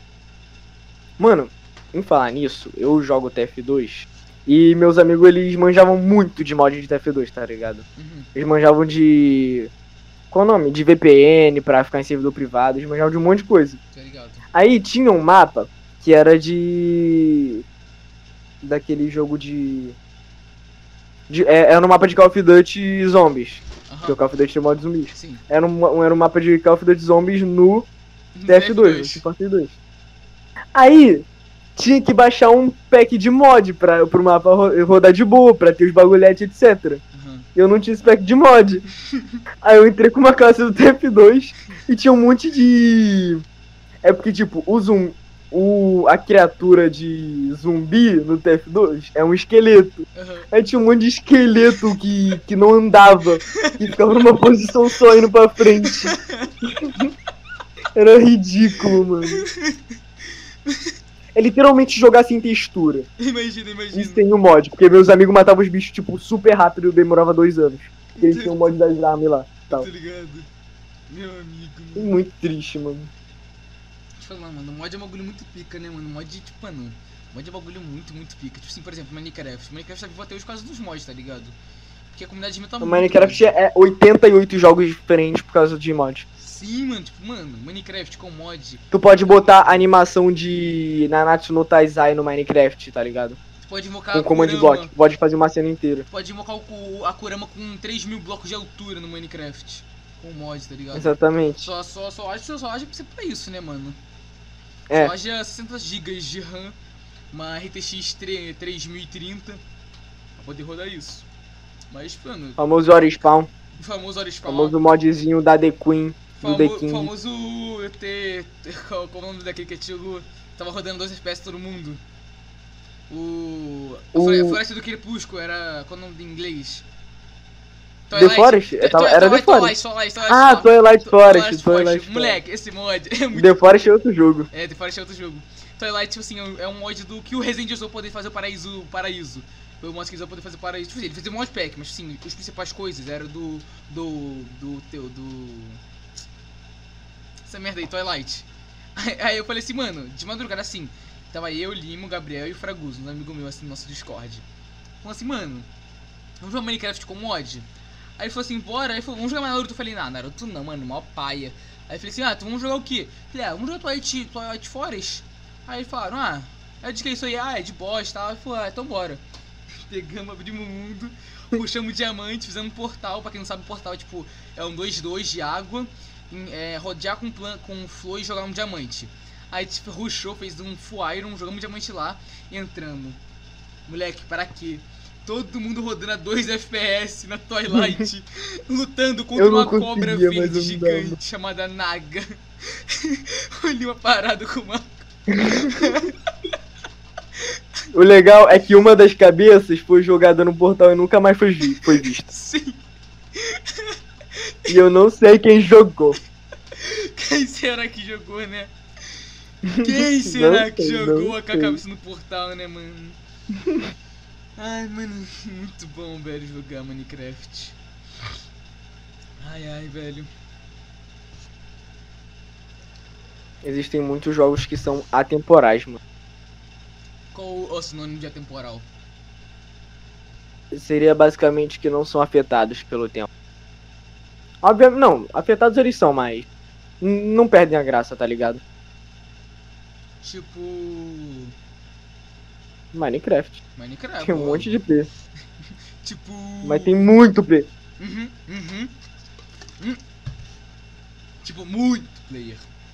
A: Mano, em falar nisso, eu jogo T F dois e meus amigos, eles manjavam muito de mod de T F dois, tá ligado? Uhum. Eles manjavam de... Qual o nome? De V P N pra ficar em servidor privado, eles manjavam de um monte de coisa.
B: Tá ligado.
A: Aí tinha um mapa que era de... daquele jogo de... de... É, era um mapa de Call of Duty Zombies. Uhum. Porque o Call of Duty tem modo zumbis.
B: Sim.
A: Era um, era um mapa de Call of Duty Zombies no T F dois, no Team Fortress dois. Aí... tinha que baixar um pack de mod pra, pro mapa rodar de boa, pra ter os bagulhetes, etcétera. Uhum. Eu não tinha esse pack de mod. Aí eu entrei com uma classe do T F dois e tinha um monte de... É porque, tipo, o zoom... O, a criatura de zumbi no T F dois é um esqueleto. Uhum. Aí tinha um monte de esqueleto que, que não andava e ficava numa posição só indo pra frente. Era ridículo, mano. É literalmente jogar sem textura.
B: Imagina, imagina.
A: Isso tem um mod, porque meus amigos matavam os bichos, tipo, super rápido e demorava dois anos. Porque eles tinham um mod das armas lá. Tal.
B: Tá ligado? Meu amigo,
A: mano. Muito triste, mano.
B: Deixa eu falar, mano, mod é um bagulho muito pica, né, mano? Mod, tipo, mano, mod é um bagulho muito, muito pica. Tipo assim, por exemplo, Minecraft. Minecraft tá vivo até hoje por causa dos mods, tá ligado? Porque a comunidade de tá muito...
A: Minecraft é oitenta e oito jogos diferentes por causa de mod.
B: Sim, mano, tipo, mano, Minecraft com mod.
A: Tu pode botar animação de Nanatsu no Taizai no Minecraft, tá ligado?
B: Tu pode invocar
A: com
B: a
A: command block, pode fazer uma cena inteira.
B: Tu pode invocar o, a Kurama com três mil blocos de altura no Minecraft. Com mod, tá ligado?
A: Exatamente.
B: Só, só, só acho que só acha pra isso, né, mano?
A: É.
B: Só haja sessenta gigas de RAM, uma R T X três mil e trinta pra poder rodar isso. Mas, mano...
A: Famoso Orispawn.
B: Famoso Orispawn.
A: Famoso modzinho da The Queen.
B: Famo,
A: do The King.
B: Famoso T... Qual é o nome daquele que é tio? Tava rodando dois F P S todo mundo. O...
A: O-
B: A Floresta do Crepúsculo era... Qual é o nome em inglês?
A: The Forest? Eu tava- era The
B: Twilight,
A: Forest.
B: Twilight, Twilight,
A: Ah,
B: Twilight,
A: Twilight Forest,
B: Twilight
A: Twilight
B: Forest.
A: Forest.
B: Moleque, esse mod é muito...
A: The Forest é outro jogo.
B: É, The Forest é outro jogo. Twilight, tipo assim, é um mod do que o Resident usou pra poder fazer o paraíso. paraíso. Foi o mod que eles usou pra poder fazer o paraíso. Tipo assim, ele fez um modpack, mas assim, as principais coisas eram do. do. do teu. do. Essa merda aí, Twilight. Aí, aí eu falei assim, mano, de madrugada assim, tava eu, Limo, Gabriel e o Fraguso, um amigo meu assim no nosso Discord. Falou assim, mano, vamos jogar Minecraft com mod? Aí ele falou assim, bora. Aí ele falou, vamos jogar Naruto. Eu falei, não, Naruto não, mano, mó paia. Aí eu falei assim, ah, então vamos jogar o quê? Eu falei, ah, vamos jogar Twilight, Twilight Forest. Aí eles falaram, ah, é de que é isso aí? Ah, é de boss e tal. Aí eu falei, ah, então bora. Pegamos, abrimos o mundo, puxamos diamante, fizemos um portal. Pra quem não sabe, o portal é tipo, é um dois dois de água, em- é, rodear com, plan com flor e jogar um diamante. Aí tipo, rushou, fez um full iron, jogamos um diamante lá e entramos. Moleque, para quê? Todo mundo rodando a dois F P S na Twilight, lutando contra
A: Eu não
B: uma cobra
A: conseguia, mas
B: verde
A: eu não dava.
B: gigante chamada Naga. O Lima parado com uma...
A: O legal é que uma das cabeças foi jogada no portal e nunca mais foi, vi foi vista.
B: Sim,
A: E eu não sei quem jogou.
B: quem será que jogou, né? Quem será
A: Não
B: que
A: sei,
B: jogou
A: não
B: a
A: sei.
B: cabeça no portal, né, mano? Ai, mano, muito bom, velho, jogar Minecraft. Ai, ai, velho.
A: Existem muitos jogos que são atemporais, mano.
B: Qual o sinônimo de atemporal?
A: Seria basicamente que não são afetados pelo tempo. Obviamente, não, afetados eles são, mas n- não perdem a graça, tá ligado?
B: Tipo...
A: Minecraft.
B: Minecraft.
A: Tem um monte de P.
B: Tipo...
A: Mas tem muito P.
B: Uhum, uhum. Hum. Tipo, muito player.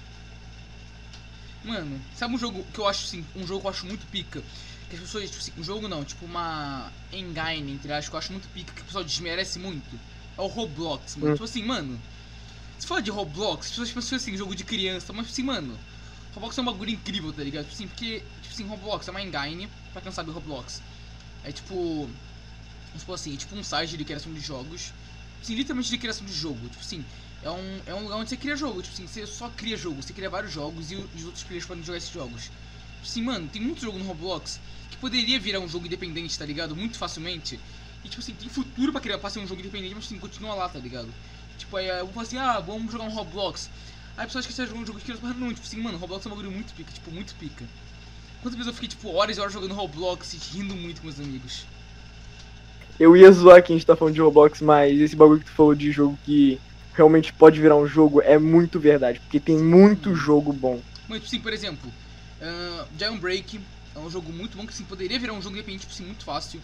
B: Mano, sabe um jogo que eu acho assim, um jogo que eu acho muito pica? Que as pessoas, tipo assim, um jogo não, tipo uma engine, entre aspas, que eu acho muito pica, que o pessoal desmerece muito. É o Roblox, mano.
A: Hum.
B: Tipo assim, mano, se fala de Roblox, as pessoas pensam assim, jogo de criança, mas assim, mano, Roblox é um bagulho incrível, tá ligado? Tipo assim, porque, tipo assim, Roblox é uma engine, pra quem não sabe, Roblox é tipo, vamos supor assim, é tipo um site de criação de jogos, assim, literalmente de criação de jogo, tipo assim, é um, é um lugar onde você cria jogo, tipo assim, você só cria jogo, você cria vários jogos e os outros players podem jogar esses jogos. Tipo assim, mano, tem muito jogo no Roblox que poderia virar um jogo independente, tá ligado? Muito facilmente. E tipo assim, tem futuro pra criar, pra ser um jogo independente, mas assim, continua lá, tá ligado? Tipo, aí eu vou falar assim, ah, vamos jogar um Roblox. Aí a pessoa acha que você tá jogando um jogo de criança, mas não, tipo assim, mano, Roblox é um bagulho muito pica, tipo, muito pica. Quantas vezes eu fiquei, tipo, horas e horas jogando Roblox e rindo muito com meus amigos.
A: Eu ia zoar que a gente tá falando de Roblox, mas esse bagulho que tu falou de jogo que realmente pode virar um jogo é muito verdade, porque tem muito jogo bom.
B: Mas, tipo assim, por exemplo, uh, Jailbreak é um jogo muito bom que assim, poderia virar um jogo independente, tipo assim, muito fácil.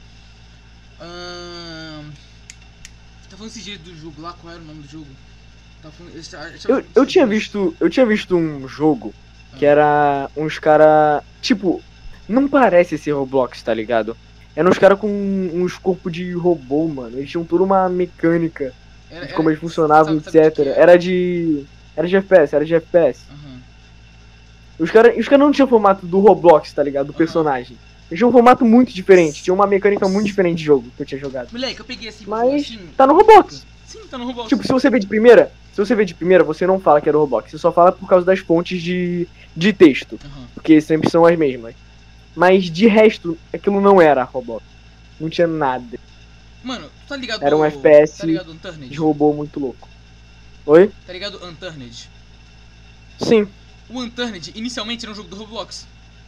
B: Uh, tá falando esse dia do jogo lá, qual era o nome do jogo? Tá falando, eu, eu,
A: Eu, eu tinha visto, eu tinha visto um jogo que era uns cara, tipo, não parece ser Roblox, tá ligado? Eram uns caras com uns corpos de robô, mano. Eles tinham toda uma mecânica
B: Era,
A: de como
B: era-
A: eles funcionavam,
B: sabe- sabe de
A: etcétera.
B: que é?
A: Era de. Era de F P S, era de F P S.
B: Aham.
A: Os caras os cara não tinham o formato do Roblox, tá ligado? Do
B: Aham.
A: personagem. Eles tinham um formato muito diferente, tinha uma mecânica muito diferente de jogo que eu tinha jogado.
B: Moleque, eu peguei assim,
A: Mas
B: assim,
A: tá no Roblox.
B: Sim, tá no Roblox.
A: Tipo, se você vê de primeira, se você vê de primeira, você não fala que era o Roblox. Você só fala por causa das fontes de, de texto,
B: Aham.
A: porque sempre são as mesmas. Mas de resto, aquilo não era Roblox. Não tinha nada.
B: Mano, tu tá ligado?
A: Era um F P S
B: Tá ligado Unturned?
A: De robô muito louco. Oi?
B: Tá ligado Unturned?
A: Sim.
B: O Unturned inicialmente era um jogo do Roblox.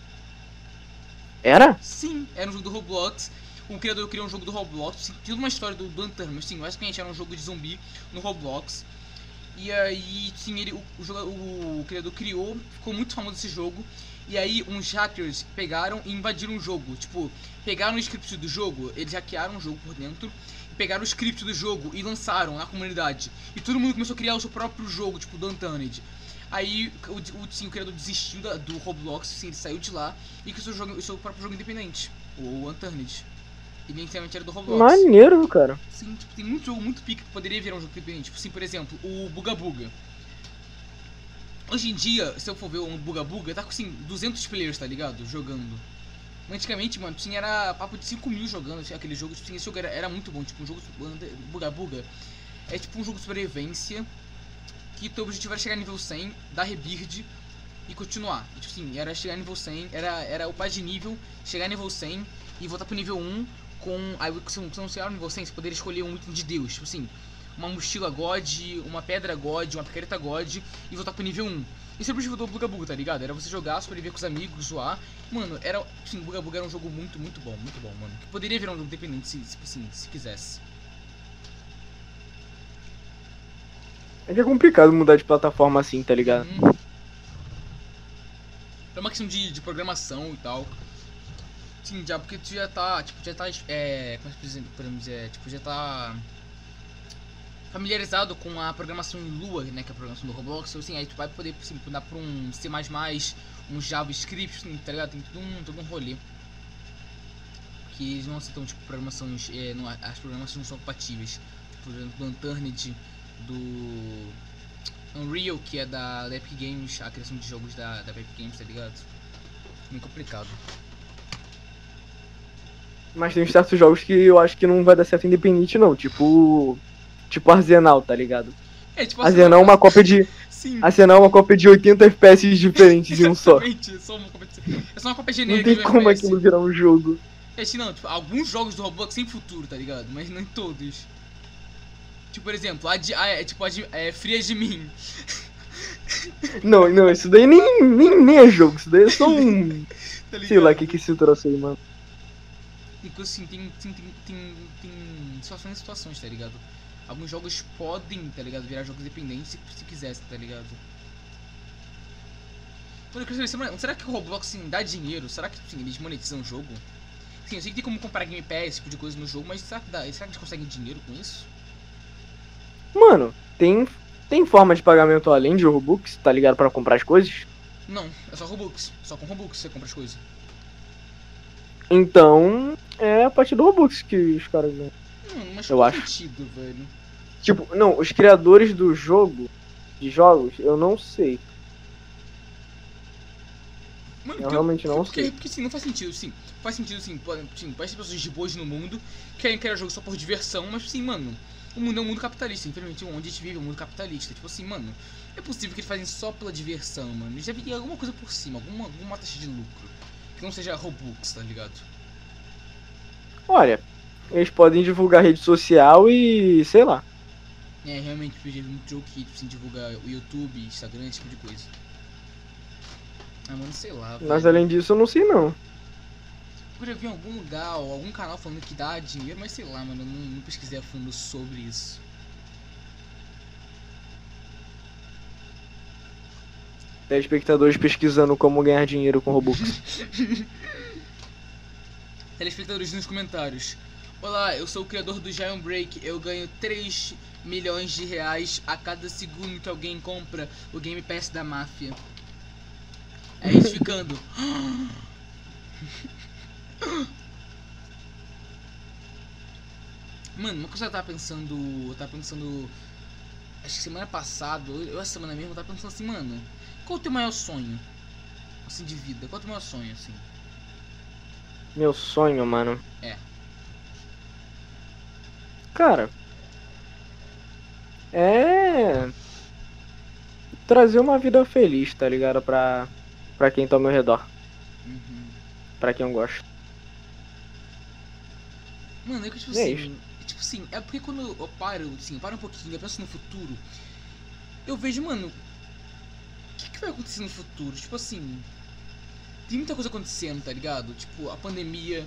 A: Era?
B: Sim, era um jogo do Roblox. O criador criou um jogo do Roblox. Sim, tinha uma história do, do Unturned, mas sim, basicamente era um jogo de zumbi no Roblox. E aí, sim, ele, o, o, joga- o, o criador criou, ficou muito famoso esse jogo. E aí, uns hackers pegaram e invadiram o jogo. Tipo, pegaram o script do jogo, eles hackearam o jogo por dentro. E pegaram o script do jogo e lançaram na comunidade. E todo mundo começou a criar o seu próprio jogo, tipo, do Unturned. Aí, o, o, sim, o criador desistiu da, do Roblox, sim, ele saiu de lá e criou seu, jogo, seu próprio jogo independente, o Unturned. E inicialmente era do Roblox.
A: Maneiro, cara.
B: Sim, tipo, tem muito jogo muito pica que poderia virar um jogo independente. Tipo assim, por exemplo, o Buga Buga. Hoje em dia, se eu for ver um Buga Buga, tá com assim, duzentos players, tá ligado? Jogando. Antigamente, mano, tinha era papo de cinco mil jogando assim, aquele jogo. Tipo, esse jogo era, era muito bom, tipo um jogo buga buga. É tipo um jogo de sobrevivência que teu objetivo era chegar a nível cem, dar rebuild e continuar. Tipo assim, era chegar a nível cem, era, era upar de nível, chegar a nível cem e voltar pro nível um com... Aí você não chegar no nível cem, você poderia escolher um item de Deus, tipo assim, uma mochila God, uma pedra God, uma picareta God e voltar pro nível um. Esse é o objetivo do Buga Buga, tá ligado? Era você jogar, sobreviver com os amigos, zoar. Mano, era... Sim, Buga Buga era um jogo muito, muito bom, muito bom, mano. Que poderia virar um jogo independente, se, se, assim, se quisesse.
A: É que é complicado mudar de plataforma assim, tá ligado?
B: Uhum. É uma questão de, de programação e tal. Sim, já porque tu já tá, tipo, já tá, é... Como é que podemos dizer? Tipo, já tá... familiarizado com a programação em Lua, né, que é a programação do Roblox, assim, aí tu vai poder, assim, mudar pra um C mais mais, um JavaScript, tá ligado? Tem todo um, todo um rolê. Que eles não aceitam, tipo, programações, é, não, as programações não são compatíveis. Por exemplo, do Unturned, do Unreal, que é da, da Epic Games, a criação de jogos da, da Epic Games, tá ligado? Meio complicado.
A: Mas tem certos jogos que eu acho que não vai dar certo independente não, tipo... Tipo Arsenal, tá ligado?
B: É, tipo,
A: Arsenal é uma cópia de...
B: Sim.
A: Arsenal é uma cópia de oitenta F P S diferentes em um só.
B: Exatamente, é só uma cópia de... É só uma cópia
A: Não
B: genérica
A: tem
B: de
A: como
B: F P S.
A: aquilo virar um jogo.
B: É assim, não, tipo, alguns jogos do Roblox têm futuro, tá ligado? Mas não em todos. Tipo, por exemplo, a de, a, é, tipo, a de, é, Fria de Mim.
A: Não, não, isso daí nem, nem, nem é jogo, isso daí é só um...
B: Tá ligado?
A: Sei lá, o que que se trouxe aí, mano.
B: E assim, tem, tem, tem, tem, tem situações e situações, tá ligado? Alguns jogos podem, tá ligado, virar jogos independentes se, se quisesse, tá ligado? Mano, eu queria saber, será que o Roblox, assim, dá dinheiro? Será que, assim, eles monetizam o jogo? Sim, eu sei que tem como comprar Game Pass, esse tipo de coisa no jogo, mas será que, dá, será que eles conseguem dinheiro com isso?
A: Mano, tem, tem forma de pagamento além de Robux, tá ligado, pra comprar as coisas?
B: Não, é só Robux. Só com Robux você compra as coisas.
A: Então, é a partir do Robux que os caras ganham.
B: Hum, mas
A: Eu
B: faz
A: acho.
B: sentido, velho.
A: Tipo, não, os criadores do jogo, de jogos, eu não sei.
B: Mano,
A: Eu
B: porque,
A: realmente não
B: porque,
A: sei.
B: porque sim, não faz sentido, sim. Faz sentido, sim. Pode, sim, pode ser pessoas de boas no mundo que querem criar jogo só por diversão, mas sim, mano. O mundo é um mundo capitalista, infelizmente onde a gente vive é um mundo capitalista. Tipo assim, mano, é possível que eles fazem só pela diversão, mano. Eles devem ter alguma coisa por cima, alguma, alguma taxa de lucro. Que não seja Robux, tá ligado?
A: Olha, eles podem divulgar rede social e sei lá.
B: É, realmente, eu já vi muito jogo que tipo, assim, divulga o YouTube, Instagram, esse tipo de coisa. Ah, mano, sei lá,
A: Mas
B: velho.
A: além disso, eu não sei não.
B: Eu já vi em algum lugar ou algum canal falando que dá dinheiro, mas sei lá, mano, eu não, não pesquisei a fundo sobre isso.
A: Telespectadores pesquisando como ganhar dinheiro com Robux.
B: Telespectadores nos comentários. Olá, eu sou o criador do Giant Break. Eu ganho três milhões de reais a cada segundo que alguém compra o Game Pass da máfia. É isso ficando. Mano, uma coisa que eu tava pensando. Eu tava pensando. Acho que semana passada, ou essa semana mesmo, eu tava pensando assim, mano. Qual o teu maior sonho? Assim, de vida? Qual o teu maior sonho, assim?
A: Meu sonho, mano.
B: É.
A: Cara. É. Trazer uma vida feliz, tá ligado? Pra, pra quem tá ao meu redor.
B: Uhum.
A: Pra quem eu gosto.
B: Mano, é que tipo
A: É
B: assim.
A: isso.
B: Tipo assim, é porque quando eu paro, assim, eu paro um pouquinho, eu penso no futuro. Eu vejo, mano. O que, que vai acontecer no futuro? Tipo assim. Tem muita coisa acontecendo, tá ligado? Tipo, a pandemia.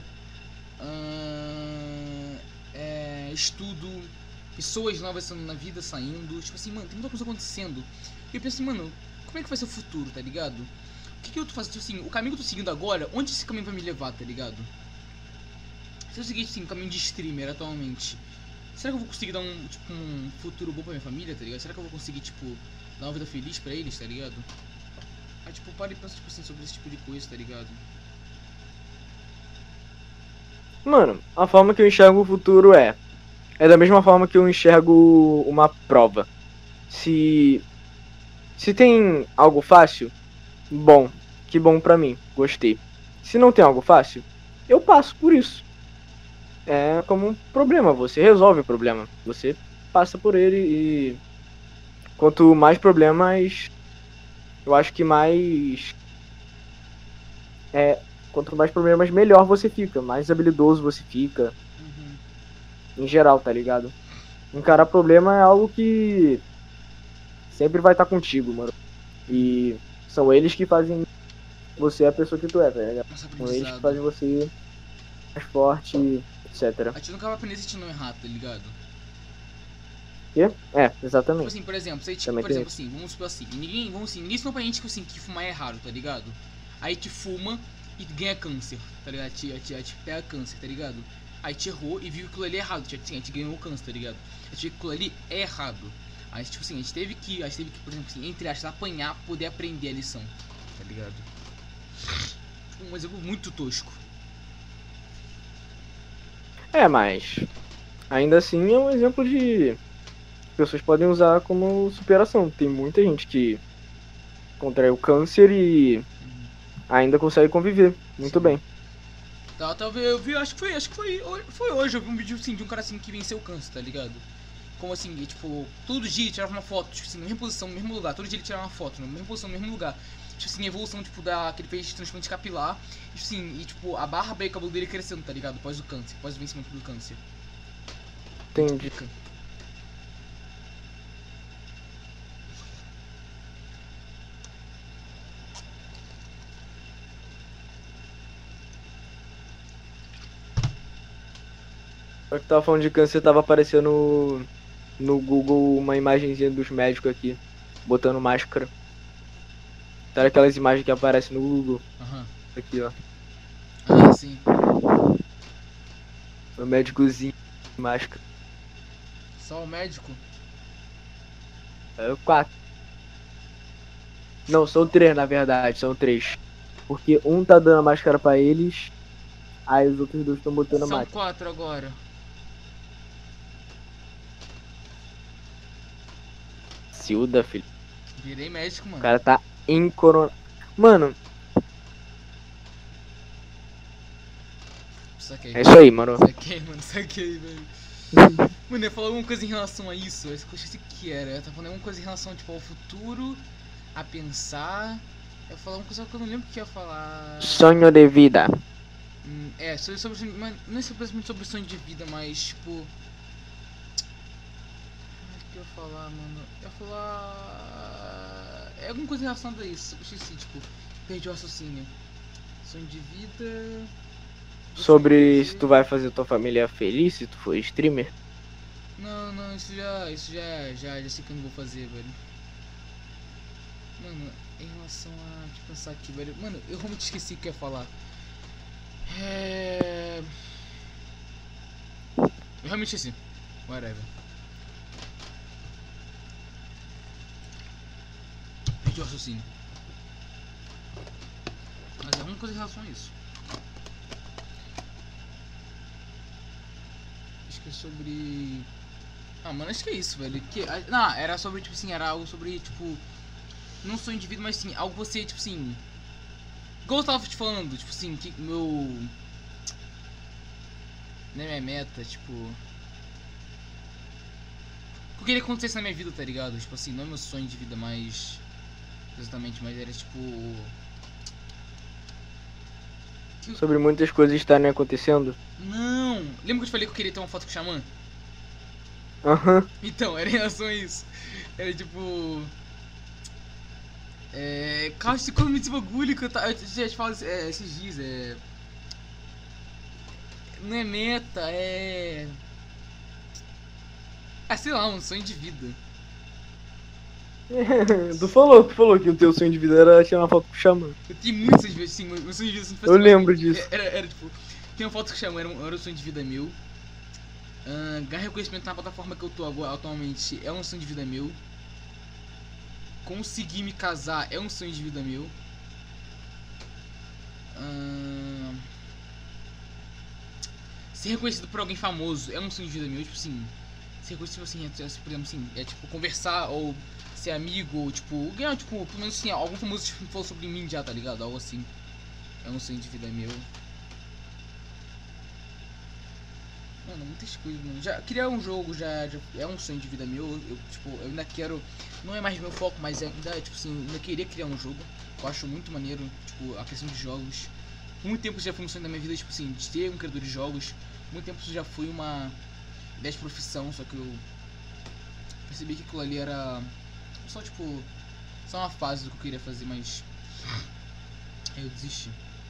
B: ahn, é, estudo. Pessoas novas saindo na vida, saindo. Tipo assim, mano, tem muita coisa acontecendo. E eu penso assim, mano, como é que vai ser o futuro, tá ligado? O que, que eu tô fazendo? Tipo assim, o caminho que eu tô seguindo agora, onde esse caminho vai me levar, tá ligado? Se eu seguir, assim, o caminho de streamer atualmente, será que eu vou conseguir dar um, tipo, um futuro bom pra minha família, tá ligado? Será que eu vou conseguir, tipo, dar uma vida feliz pra eles, tá ligado? Aí, tipo, para e pensa, tipo assim, sobre esse tipo de coisa, tá ligado?
A: Mano, a forma que eu enxergo o futuro é. É da mesma forma que eu enxergo uma prova. Se. Se tem algo fácil, bom. Que bom pra mim. Gostei. Se não tem algo fácil, eu passo por isso. É como um problema, você resolve o problema. Você passa por ele e quanto mais problemas, eu acho que mais é, quanto mais problemas melhor você fica, mais habilidoso você fica,
B: Uhum.
A: em geral, tá ligado? Encarar problema é algo que sempre vai estar contigo, mano. E são eles que fazem você a pessoa que tu é, tá ligado?
B: Nossa,
A: São eles que
B: aprendizado.
A: fazem você mais forte, etcétera.
B: A gente nunca vai aprender se a gente não errar, tá ligado?
A: Quê? É,
B: Tipo
A: exatamente.
B: assim, por exemplo, se a gente,
A: Também
B: por
A: tem
B: exemplo, assim, vamos supor assim, ninguém, vamos assim, ninguém ensinou pra gente, tipo assim, que fumar é errado, tá ligado? Aí te fuma e ganha câncer, tá ligado? Te, te, te pega câncer, tá ligado? Aí te errou e viu que aquilo ali é errado, tipo assim, a gente ganhou o câncer, tá ligado? A gente viu que aquilo ali é errado. Aí, tipo assim, a gente teve que, a gente teve que, por exemplo assim, entre aspas, apanhar pra poder aprender a lição, tá ligado? Um exemplo muito tosco.
A: É, mas ainda assim é um exemplo de pessoas podem usar como superação. Tem muita gente que contraiu câncer e ainda consegue conviver muito
B: Sim.
A: bem.
B: Tá, talvez eu vi, acho que foi, acho que foi, foi hoje, eu vi um vídeo assim de um cara assim que venceu o câncer, tá ligado? Como assim, e, tipo, todo dia ele tirava uma foto, tipo assim, na mesma posição, no mesmo lugar, todo dia ele tirava uma foto, na mesma posição, no mesmo lugar. Tipo assim, a evolução, tipo, da, que ele fez de transplante capilar, tipo assim, e tipo, a barba e o cabelo dele crescendo, tá ligado? Após o câncer, após o vencimento do câncer.
A: Entendi. Eu que tava falando de câncer, tava aparecendo no Google uma imagenzinha dos médicos aqui, botando máscara. Sabe aquelas imagens que aparecem no Google?
B: Aham.
A: Aqui, ó.
B: Ah, sim.
A: O médicozinho de máscara.
B: Só o médico?
A: É o quatro. Não, são três na verdade, são três. Porque um tá dando a máscara pra eles, aí os outros dois estão botando a
B: São
A: máscara.
B: quatro agora.
A: Silda, filho.
B: Virei médico,
A: O
B: mano.
A: cara tá em corona. Mano,
B: Saquei.
A: é isso aí, mano.
B: Saquei, mano, saquei, velho. Mano, eu ia falar alguma coisa em relação a isso, eu esqueci o que era. Eu tava falando alguma coisa em relação, tipo, ao futuro, a pensar. Eu ia falar uma coisa que eu não lembro o que eu ia falar.
A: Sonho de vida.
B: Hum, é, sobre, sobre, mas não é simplesmente sobre sonho de vida, mas, tipo... O que eu ia falar, mano? Eu ia falar... É alguma coisa relacionada a isso, eu esqueci, tipo, perdi o raciocínio. Sonho de vida...
A: Sobre se tu vai fazer tua família feliz, se tu for streamer.
B: Não, não, isso já, isso já, já, já sei que eu não vou fazer, velho. Mano, em relação a, deixa eu pensar aqui, velho. Mano, eu realmente esqueci o que eu ia falar. É... Eu realmente esqueci. Whatever. Perdi o raciocínio. Mas é alguma coisa em relação a isso. Acho que é sobre... Ah, mano, acho que é isso, velho. Que... Não, era sobre, tipo assim, era algo sobre, tipo... Não sou indivíduo, mas sim, algo você, tipo assim... Igual eu tava te falando, tipo assim, que meu... Não é minha meta, tipo... O que eu queria que acontecesse na minha vida, tá ligado? Tipo assim, não é meu sonho de vida, mas... Exatamente, mas era tipo...
A: Sobre muitas coisas estarem acontecendo.
B: Não! Lembra que eu te falei que eu queria ter uma foto com o Xamã?
A: Aham. Uhum.
B: Então, era em relação a isso. Era tipo... É... Cara, você come esse bagulho que eu, tá... eu já te falo é, esses dias, é... Não é meta, é... Ah, sei lá, um sonho de vida.
A: Tu falou, tu falou que o teu sonho de vida era tirar uma foto com o Xamã.
B: Eu tenho muitos sonhos de vida, assim, meu sonho de vida sempre foi
A: Eu
B: assim,
A: lembro
B: assim,
A: disso.
B: Era, era tipo... Tem uma foto que chama, era um, era um sonho de vida meu. Uh, ganhar reconhecimento na plataforma que eu tô agora, atualmente é um sonho de vida meu. Conseguir me casar é um sonho de vida meu. Uh, ser reconhecido por alguém famoso é um sonho de vida meu, tipo assim... Ser reconhecido assim, é, por exemplo assim, é tipo conversar ou ser amigo, ou tipo... Ganhar, tipo, pelo menos assim, algum famoso tipo, falou sobre mim já, tá ligado? Algo assim. É um sonho de vida meu. Mano, muitas coisas, mano. Já criar um jogo já, já é um sonho de vida meu. Eu, tipo, eu ainda quero. Não é mais meu foco, mas ainda, tipo assim, eu ainda queria criar um jogo. Eu acho muito maneiro, tipo, a questão de jogos. Por muito tempo isso já foi um sonho da minha vida, tipo assim, de ter um criador de jogos. Por muito tempo isso já foi uma ideia de profissão, só que eu percebi que aquilo ali era só, tipo, só uma fase do que eu queria fazer, mas aí eu desisti.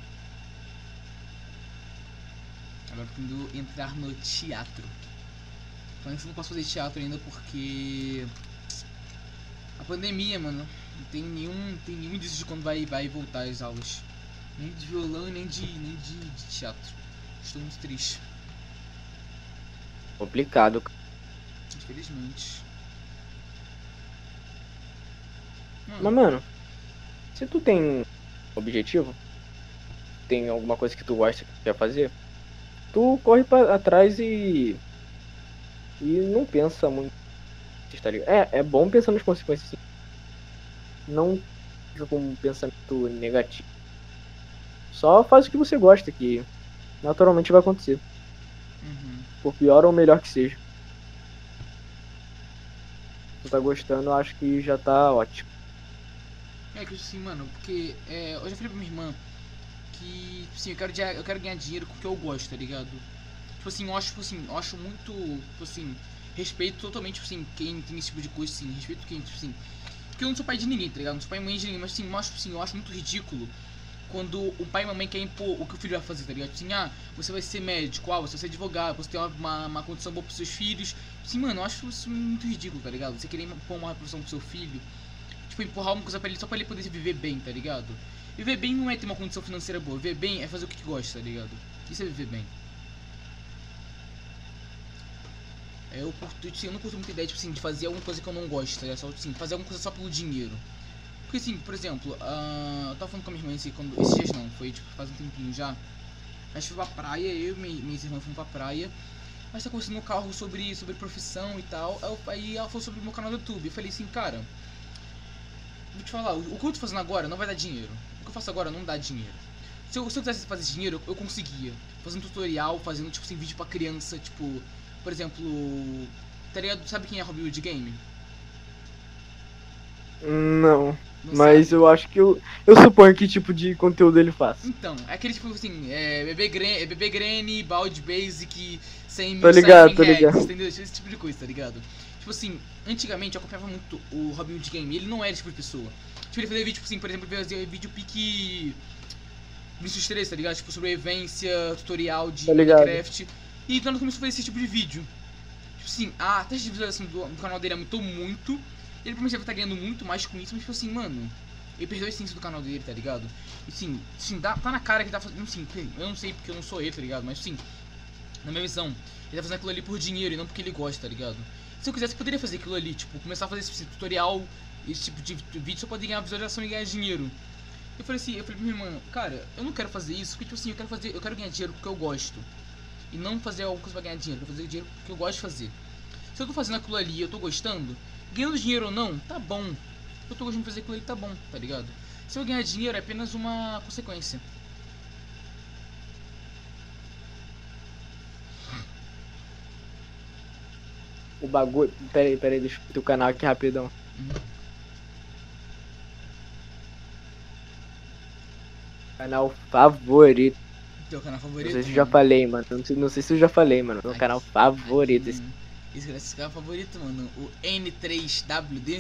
B: Agora eu tô indo entrar no teatro. Mas eu não posso fazer teatro ainda porque a pandemia, mano. Não tem nenhum, tem nenhum indício de quando vai, vai voltar as aulas. Nem de violão e nem de, nem de, de teatro. Estou muito triste.
A: Complicado.
B: Infelizmente. Mano,
A: Mas, mano, se tu tem objetivo, tem alguma coisa que tu gosta que tu quer fazer, tu corre pra atrás e. E não pensa muito. Tá ligado? É, é bom pensar nas consequências, sim. Não fica com um pensamento negativo. Só faz o que você gosta, que naturalmente vai acontecer.
B: uhum.
A: Por pior ou melhor que seja. Se tu tá gostando, eu acho que já tá ótimo.
B: É que assim, mano, porque é, eu já falei pra minha irmã que, tipo assim, eu quero, dia- eu quero ganhar dinheiro com o que eu gosto, tá ligado? Tipo assim, eu acho, tipo assim, eu acho muito, tipo assim, respeito totalmente, tipo assim, quem tem esse tipo de coisa, assim, respeito quem, tipo assim, porque eu não sou pai de ninguém, tá ligado? Não sou pai e mãe de ninguém, mas assim, eu acho, tipo assim, eu acho muito ridículo quando o pai e a mamãe querem impor o que o filho vai fazer, tá ligado? Assim, ah, você vai ser médico, ah, você vai ser advogado, você tem uma, uma, uma condição boa pros seus filhos. Assim, mano, eu acho isso muito ridículo, tá ligado? Você querer impor uma profissão pro seu filho, tipo, empurrar uma coisa pra ele só pra ele poder viver bem, tá ligado? Viver bem não é ter uma condição financeira boa, viver bem é fazer o que gosta, tá ligado? Isso é viver bem. Eu curto, assim, eu não curto muita ideia, tipo assim, de fazer alguma coisa que eu não gosto, tá ligado? Só, assim, fazer alguma coisa só pelo dinheiro. Porque assim, por exemplo, uh, eu tava falando com a minha irmã assim, quando, esses dias não, foi tipo, faz um tempinho já. A gente foi pra praia, eu e minha, minhas irmãs fomos pra praia. A gente tá conversando no carro sobre, sobre profissão e tal. Aí, eu, aí ela falou sobre o meu canal do YouTube. Eu falei assim, cara, vou te falar, o, o que eu tô fazendo agora não vai dar dinheiro. O que eu faço agora não dá dinheiro. Se eu, se eu quisesse fazer dinheiro, eu, eu conseguia. Fazendo tutorial, fazendo tipo assim, vídeo pra criança, tipo, por exemplo, tá ligado? Sabe quem é Robin Hood Game?
A: Não.
B: Não
A: Mas
B: sabe?
A: eu acho que eu. Eu suponho que tipo de conteúdo ele faz.
B: Então, é aquele tipo assim, é bebê, Granny, é bebê Granny, balde basic, cem mil
A: Tô ligado, tô
B: heads,
A: ligado.
B: entendeu? Esse tipo de coisa, tá ligado? Tipo assim, antigamente eu acompanhava muito o Robin Hood Game, ele não era esse tipo de pessoa. Tipo, ele fazia vídeo, tipo assim, por exemplo, ele fazia vídeo pique Vinicius três, tá ligado? Tipo, sobrevivência, tutorial de
A: Tô ligado.
B: Minecraft. E quando começou a fazer esse tipo de vídeo, tipo assim, a taxa de visualização do, do canal dele aumentou muito. Ele provavelmente deve estar ganhando muito mais com isso, mas tipo assim, mano, ele perdeu a essência do canal dele, tá ligado? E sim, sim, dá, tá na cara que ele tá fazendo. Sim, eu não sei porque eu não sou ele, tá ligado? Mas sim, na minha visão, ele tá fazendo aquilo ali por dinheiro e não porque ele gosta, tá ligado? Se eu quisesse, eu poderia fazer aquilo ali, tipo, começar a fazer esse tipo, tutorial, esse tipo de vídeo só poder ganhar visualização e ganhar dinheiro. Eu falei assim, eu falei pra minha irmã, cara, eu não quero fazer isso, porque tipo assim, eu quero fazer, eu quero ganhar dinheiro porque eu gosto. E não fazer alguma coisa pra ganhar dinheiro, eu quero fazer dinheiro porque eu gosto de fazer. Se eu tô fazendo aquilo ali e eu tô gostando, ganhando dinheiro ou não, tá bom. Se eu tô gostando de fazer aquilo ali, tá bom, tá ligado? Se eu ganhar dinheiro é apenas uma consequência.
A: O bagulho. Pera aí, pera aí, deixa eu ver o canal aqui rapidão.
B: Uhum.
A: Canal favorito.
B: Teu canal favorito?
A: Não sei se eu
B: mano?
A: já falei, mano. Não sei, não sei se eu já falei, mano. Meu
B: Aqui,
A: canal favorito.
B: aqui, esse, esse canal favorito, mano. O N três W D.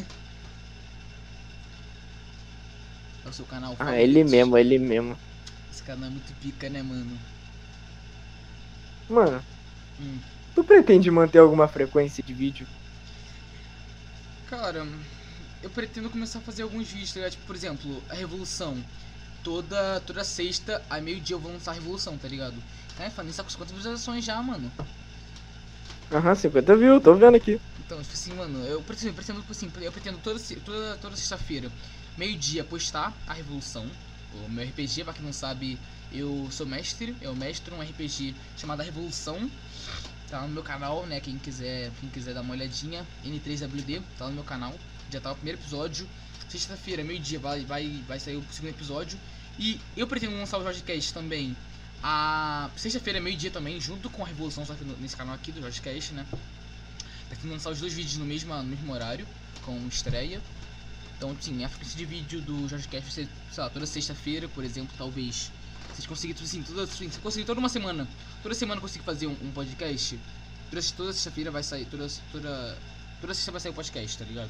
B: É o seu canal
A: Ah,
B: favorito.
A: ele mesmo, ele mesmo.
B: Esse canal é muito pica, né, mano?
A: Mano,
B: Hum.
A: tu pretende manter alguma frequência de vídeo?
B: Cara, eu pretendo começar a fazer alguns vídeos, tá ligado? Tipo, por exemplo, a Revolução. Toda, toda sexta, a meio-dia eu vou lançar a Revolução, tá ligado? Cara, falando isso, tá com cinquenta visualizações já, mano.
A: Aham, cinquenta views, tô vendo aqui.
B: Então, tipo assim, mano, eu pretendo, eu pretendo, tipo assim, eu pretendo toda, se- toda, toda sexta-feira, meio-dia, postar a Revolução, o meu R P G. Pra quem não sabe, eu sou mestre, eu mestro um R P G chamado A Revolução. Tá no meu canal, né, quem quiser, quem quiser dar uma olhadinha, N três W D, tá no meu canal. Já tá o primeiro episódio, sexta-feira, meio-dia, vai, vai, vai sair o segundo episódio. E eu pretendo lançar o JorgeCast também a sexta-feira, meio-dia também, junto com a Revolução, só que nesse canal aqui do JorgeCast, né? Pretendo lançar os dois vídeos no mesmo, no mesmo horário, com estreia. Então, sim, a frequência de vídeo do JorgeCast vai ser, sei lá, toda sexta-feira, por exemplo, talvez. Vocês conseguirem, assim, toda, assim, se conseguir toda uma semana, toda semana conseguir fazer um, um podcast, toda, toda sexta-feira vai sair, toda, toda, toda sexta vai sair o podcast, tá ligado?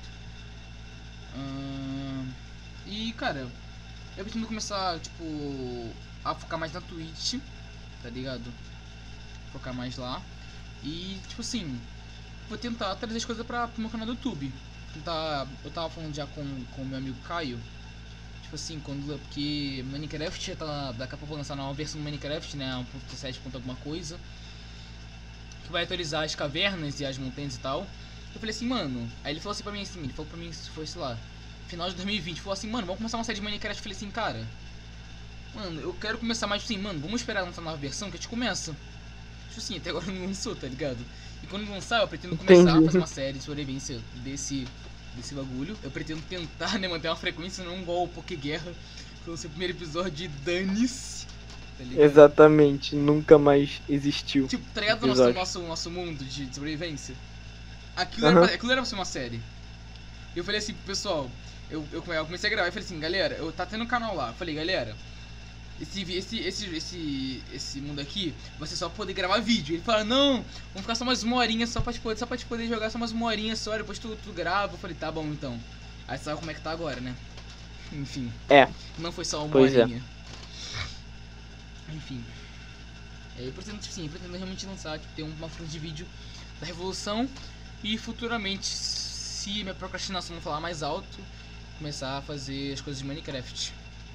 B: Hum, e, cara, eu pretendo começar, tipo, a focar mais na Twitch, tá ligado? Focar mais lá. E, tipo assim, vou tentar trazer as coisas pra, pro meu canal do YouTube. Tentar, eu tava falando já com o meu amigo Caio. Tipo assim, quando, porque Minecraft já tá, daqui a pouco vou lançar uma versão do Minecraft, né, um ponto sete ponto alguma coisa, que vai atualizar as cavernas e as montanhas e tal. Eu falei assim, mano, aí ele falou assim pra mim assim, ele falou pra mim, se foi, sei lá, final de dois mil e vinte, falou assim, mano, vamos começar uma série de Minecraft. Eu falei assim, cara, mano, eu quero começar mais assim, mano, vamos esperar lançar uma nova versão que a gente começa. Tipo assim, até agora não lançou, tá ligado? E quando lançar, eu pretendo começar
A: Entendi.
B: a fazer uma série de sobrevivência desse, desse bagulho. Eu pretendo tentar, né, manter uma frequência, não igual o Pokéguerra, que foi o seu primeiro episódio de dane-se, tá ligado?
A: Exatamente, nunca mais existiu.
B: Tipo, tá ligado o nosso, nosso, nosso mundo de sobrevivência? Aquilo,
A: Uhum.
B: era pra, aquilo era pra ser uma série. E eu falei assim pro pessoal, eu, eu comecei a gravar e falei assim, galera, eu tá tendo um canal lá. Eu falei, galera, esse, esse, esse, esse, esse mundo aqui, você só poder gravar vídeo. Ele fala, não, vamos ficar só umas uma horinha só pra te poder, só pra te poder jogar só umas uma horinha só, depois tu, tu grava. Eu falei, tá bom então. Aí sabe como é que tá agora, né? Enfim.
A: É.
B: Não foi só uma
A: Pois é.
B: horinha. Enfim. É, eu pretendo, tipo, sim, eu pretendo realmente lançar, tipo, ter uma fonte de vídeo da Revolução. E futuramente, se minha procrastinação não falar mais alto, começar a fazer as coisas de Minecraft.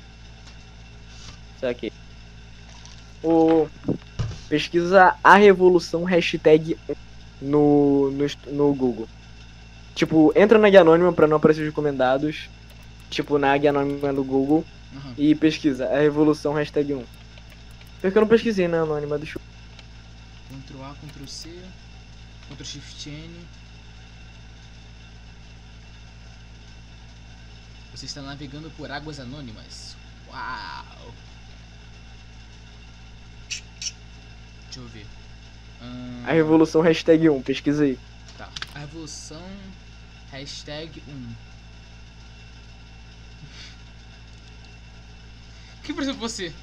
A: Isso aqui. O... Pesquisa a revolução hashtag no, no, no Google. Tipo, entra na guia anônima pra não aparecer os recomendados. Tipo, na guia anônima do Google.
B: Uhum.
A: E pesquisa a revolução hashtag um. Porque eu não pesquisei na anônima do show.
B: Ctrl A, Ctrl C, Ctrl Shift N. Você está navegando por águas anônimas. Uau! Deixa eu ver. Hum,
A: A revolução hashtag um, pesquisa aí.
B: Tá. A revolução hashtag um. O que apareceu pra você?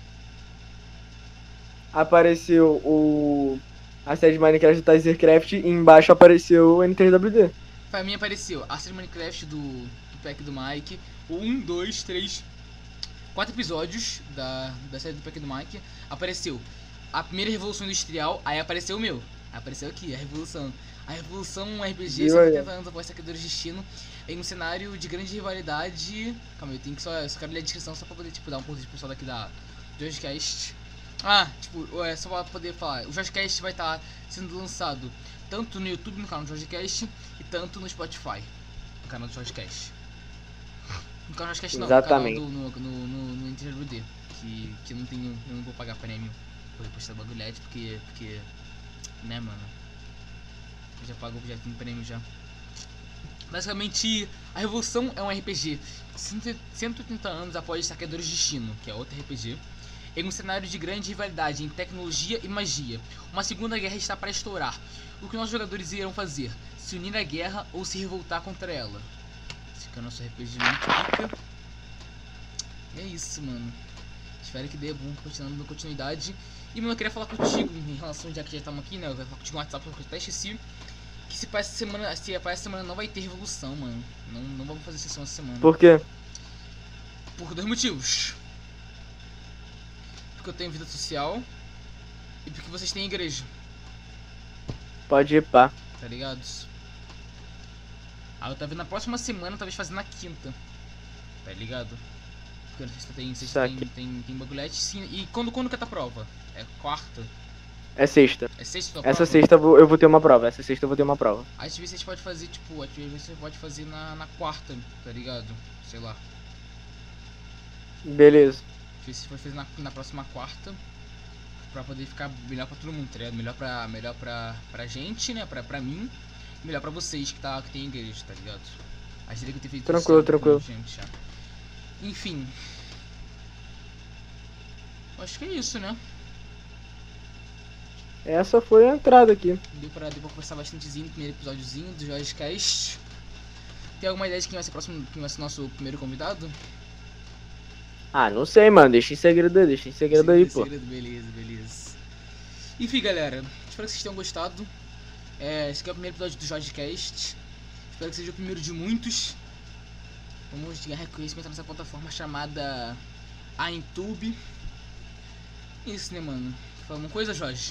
A: Apareceu o... a série de Minecraft do Tazercraft e embaixo apareceu o N três W D.
B: Pra mim apareceu a série Minecraft do, do pack do Mike. Um, dois, três, quatro episódios da, da série do pack do Mike. Apareceu a primeira Revolução Industrial, aí apareceu o meu. Apareceu aqui, a Revolução. A Revolução, um R P G, cento e oitenta anos após Saqueadores de Destino, em um cenário de grande rivalidade. Calma aí, eu tenho que só, eu só quero ler a descrição só pra poder, tipo, dar um ponto de pessoal daqui da JorgeCast. Ah, tipo, é só pra poder falar. O JorgeCast vai estar sendo lançado tanto no YouTube, no canal do JorgeCast, e tanto no Spotify, no canal do JorgeCast. No canal do JorgeCast não,
A: Exatamente.
B: no canal do, no, no, no, no N T W D, que, que eu não tenho, eu não vou pagar prêmio por postar bagulhete, porque, porque, né, mano, eu já pago, já tenho prêmio já. Basicamente, a Revolução é um R P G cento e oitenta anos após Saqueadores de Destino, que é outro R P G, em um cenário de grande rivalidade em tecnologia e magia. Uma segunda guerra está para estourar. O que nossos jogadores irão fazer? Se unir à guerra ou se revoltar contra ela? Esse aqui é o nosso R P G muito pica. E é isso, mano. Espero que dê bom, continuando na continuidade. E, mano, eu queria falar contigo em relação, já que já estamos aqui, né? Eu vou falar contigo no WhatsApp, porque eu até esqueci. Que se para essa semana, se para essa semana não vai ter revolução, mano. Não, não vamos fazer sessão essa semana.
A: Por quê?
B: Por dois motivos. Porque eu tenho vida social e porque vocês têm igreja,
A: Pode ir pá.
B: tá ligado? Ah, eu tava vendo na próxima semana, talvez fazendo na quinta, tá ligado? Porque na sexta tem, sexta tem, tem, tem bagulhete, sim. E quando, quando que é a tua prova? É quarta?
A: É sexta.
B: É sexta tua
A: Essa
B: prova?
A: sexta eu vou- eu vou ter uma prova. Essa sexta eu vou ter uma prova.
B: Aí às vezes a gente pode fazer, tipo, às vezes você pode fazer na, na quarta, tá ligado? Sei lá.
A: Beleza.
B: Às vezes você pode fazer na, na próxima quarta, pra poder ficar melhor pra todo mundo, tá ligado? Melhor pra, melhor pra, pra gente, né? Pra, pra mim. Melhor pra vocês que, tá, que tem igreja, tá ligado? Acho que eu ter feito
A: Tranquilo,
B: isso,
A: tranquilo.
B: gente, já. Enfim. Acho que é isso, né?
A: Essa foi a entrada aqui.
B: Deu pra, deu pra conversar bastantezinho no primeiro episódiozinho do Jorge Cast. Tem alguma ideia de quem vai ser o próximo, quem vai ser o nosso primeiro convidado?
A: Ah, não sei, mano. Deixa em segredo aí, deixa em segredo aí, pô.
B: Segredo, beleza, beleza. Enfim, galera, espero que vocês tenham gostado. É, esse aqui é o primeiro episódio do Jorge Cast. Espero que seja o primeiro de muitos. Vamos ganhar reconhecimento nessa plataforma chamada iTube. Isso, né, mano? Fala uma coisa, Jorge?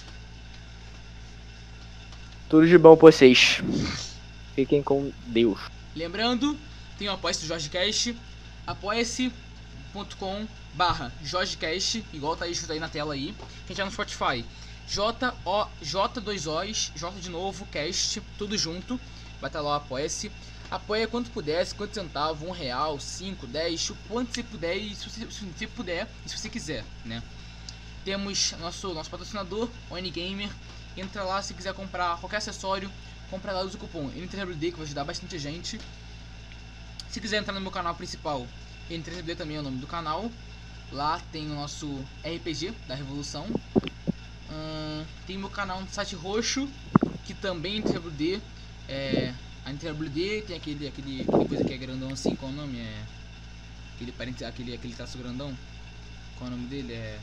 A: Tudo de bom pra vocês. Fiquem com Deus.
B: Lembrando, tem o apoia-se do JorgeCast, apoia-se.com barra JorgeCast, igual tá escrito aí na tela aí. Quem já no Spotify, J O J dois O's, J de novo, Cast, tudo junto. Vai estar lá o apoia-se. Apoia quanto puder, cinquenta centavos, um real, cinco, dez, o quanto você puder e se você, se você puder e se você quiser, né? Temos nosso, nosso patrocinador, o N-Gamer. Entra lá se quiser comprar qualquer acessório, compra lá, usa o cupom N três W D que vai ajudar bastante gente. Se quiser entrar no meu canal principal, N três W D também é o nome do canal. Lá tem o nosso R P G da Revolução. Hum, tem meu canal no site roxo, que também é N três W D. É, a N três W D tem aquele, aquele, aquele coisa que é grandão assim, qual o nome? É, aquele, parente, aquele, aquele traço grandão. Qual o nome dele? É...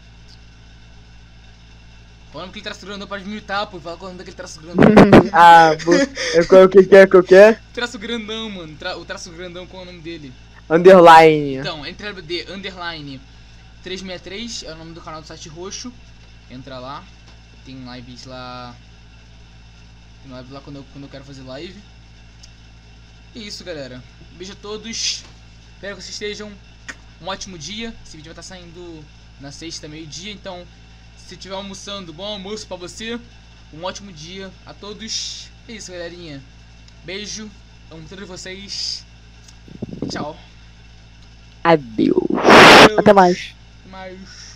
B: Qual o nome daquele traço grandão? Pode me imitar, pô. Fala qual o nome daquele traço grandão.
A: Ah, é qual o que que é, qual que é?
B: Traço grandão, mano. Tra o traço grandão, qual é o nome dele?
A: Underline.
B: Então, N três W D underline trezentos e sessenta e três é o nome do canal do site roxo. Entra lá. Tem lives lá. Tem live lá quando eu, quando eu quero fazer live. E é isso, galera. Beijo a todos. Espero que vocês estejam um ótimo dia. Esse vídeo vai estar saindo na sexta, meio-dia. Então, se estiver almoçando, bom almoço pra você. Um ótimo dia a todos. É isso, galerinha. Beijo. Amo todos vocês. Tchau.
A: Adeus.
B: Adeus.
A: Até mais.
B: Até mais.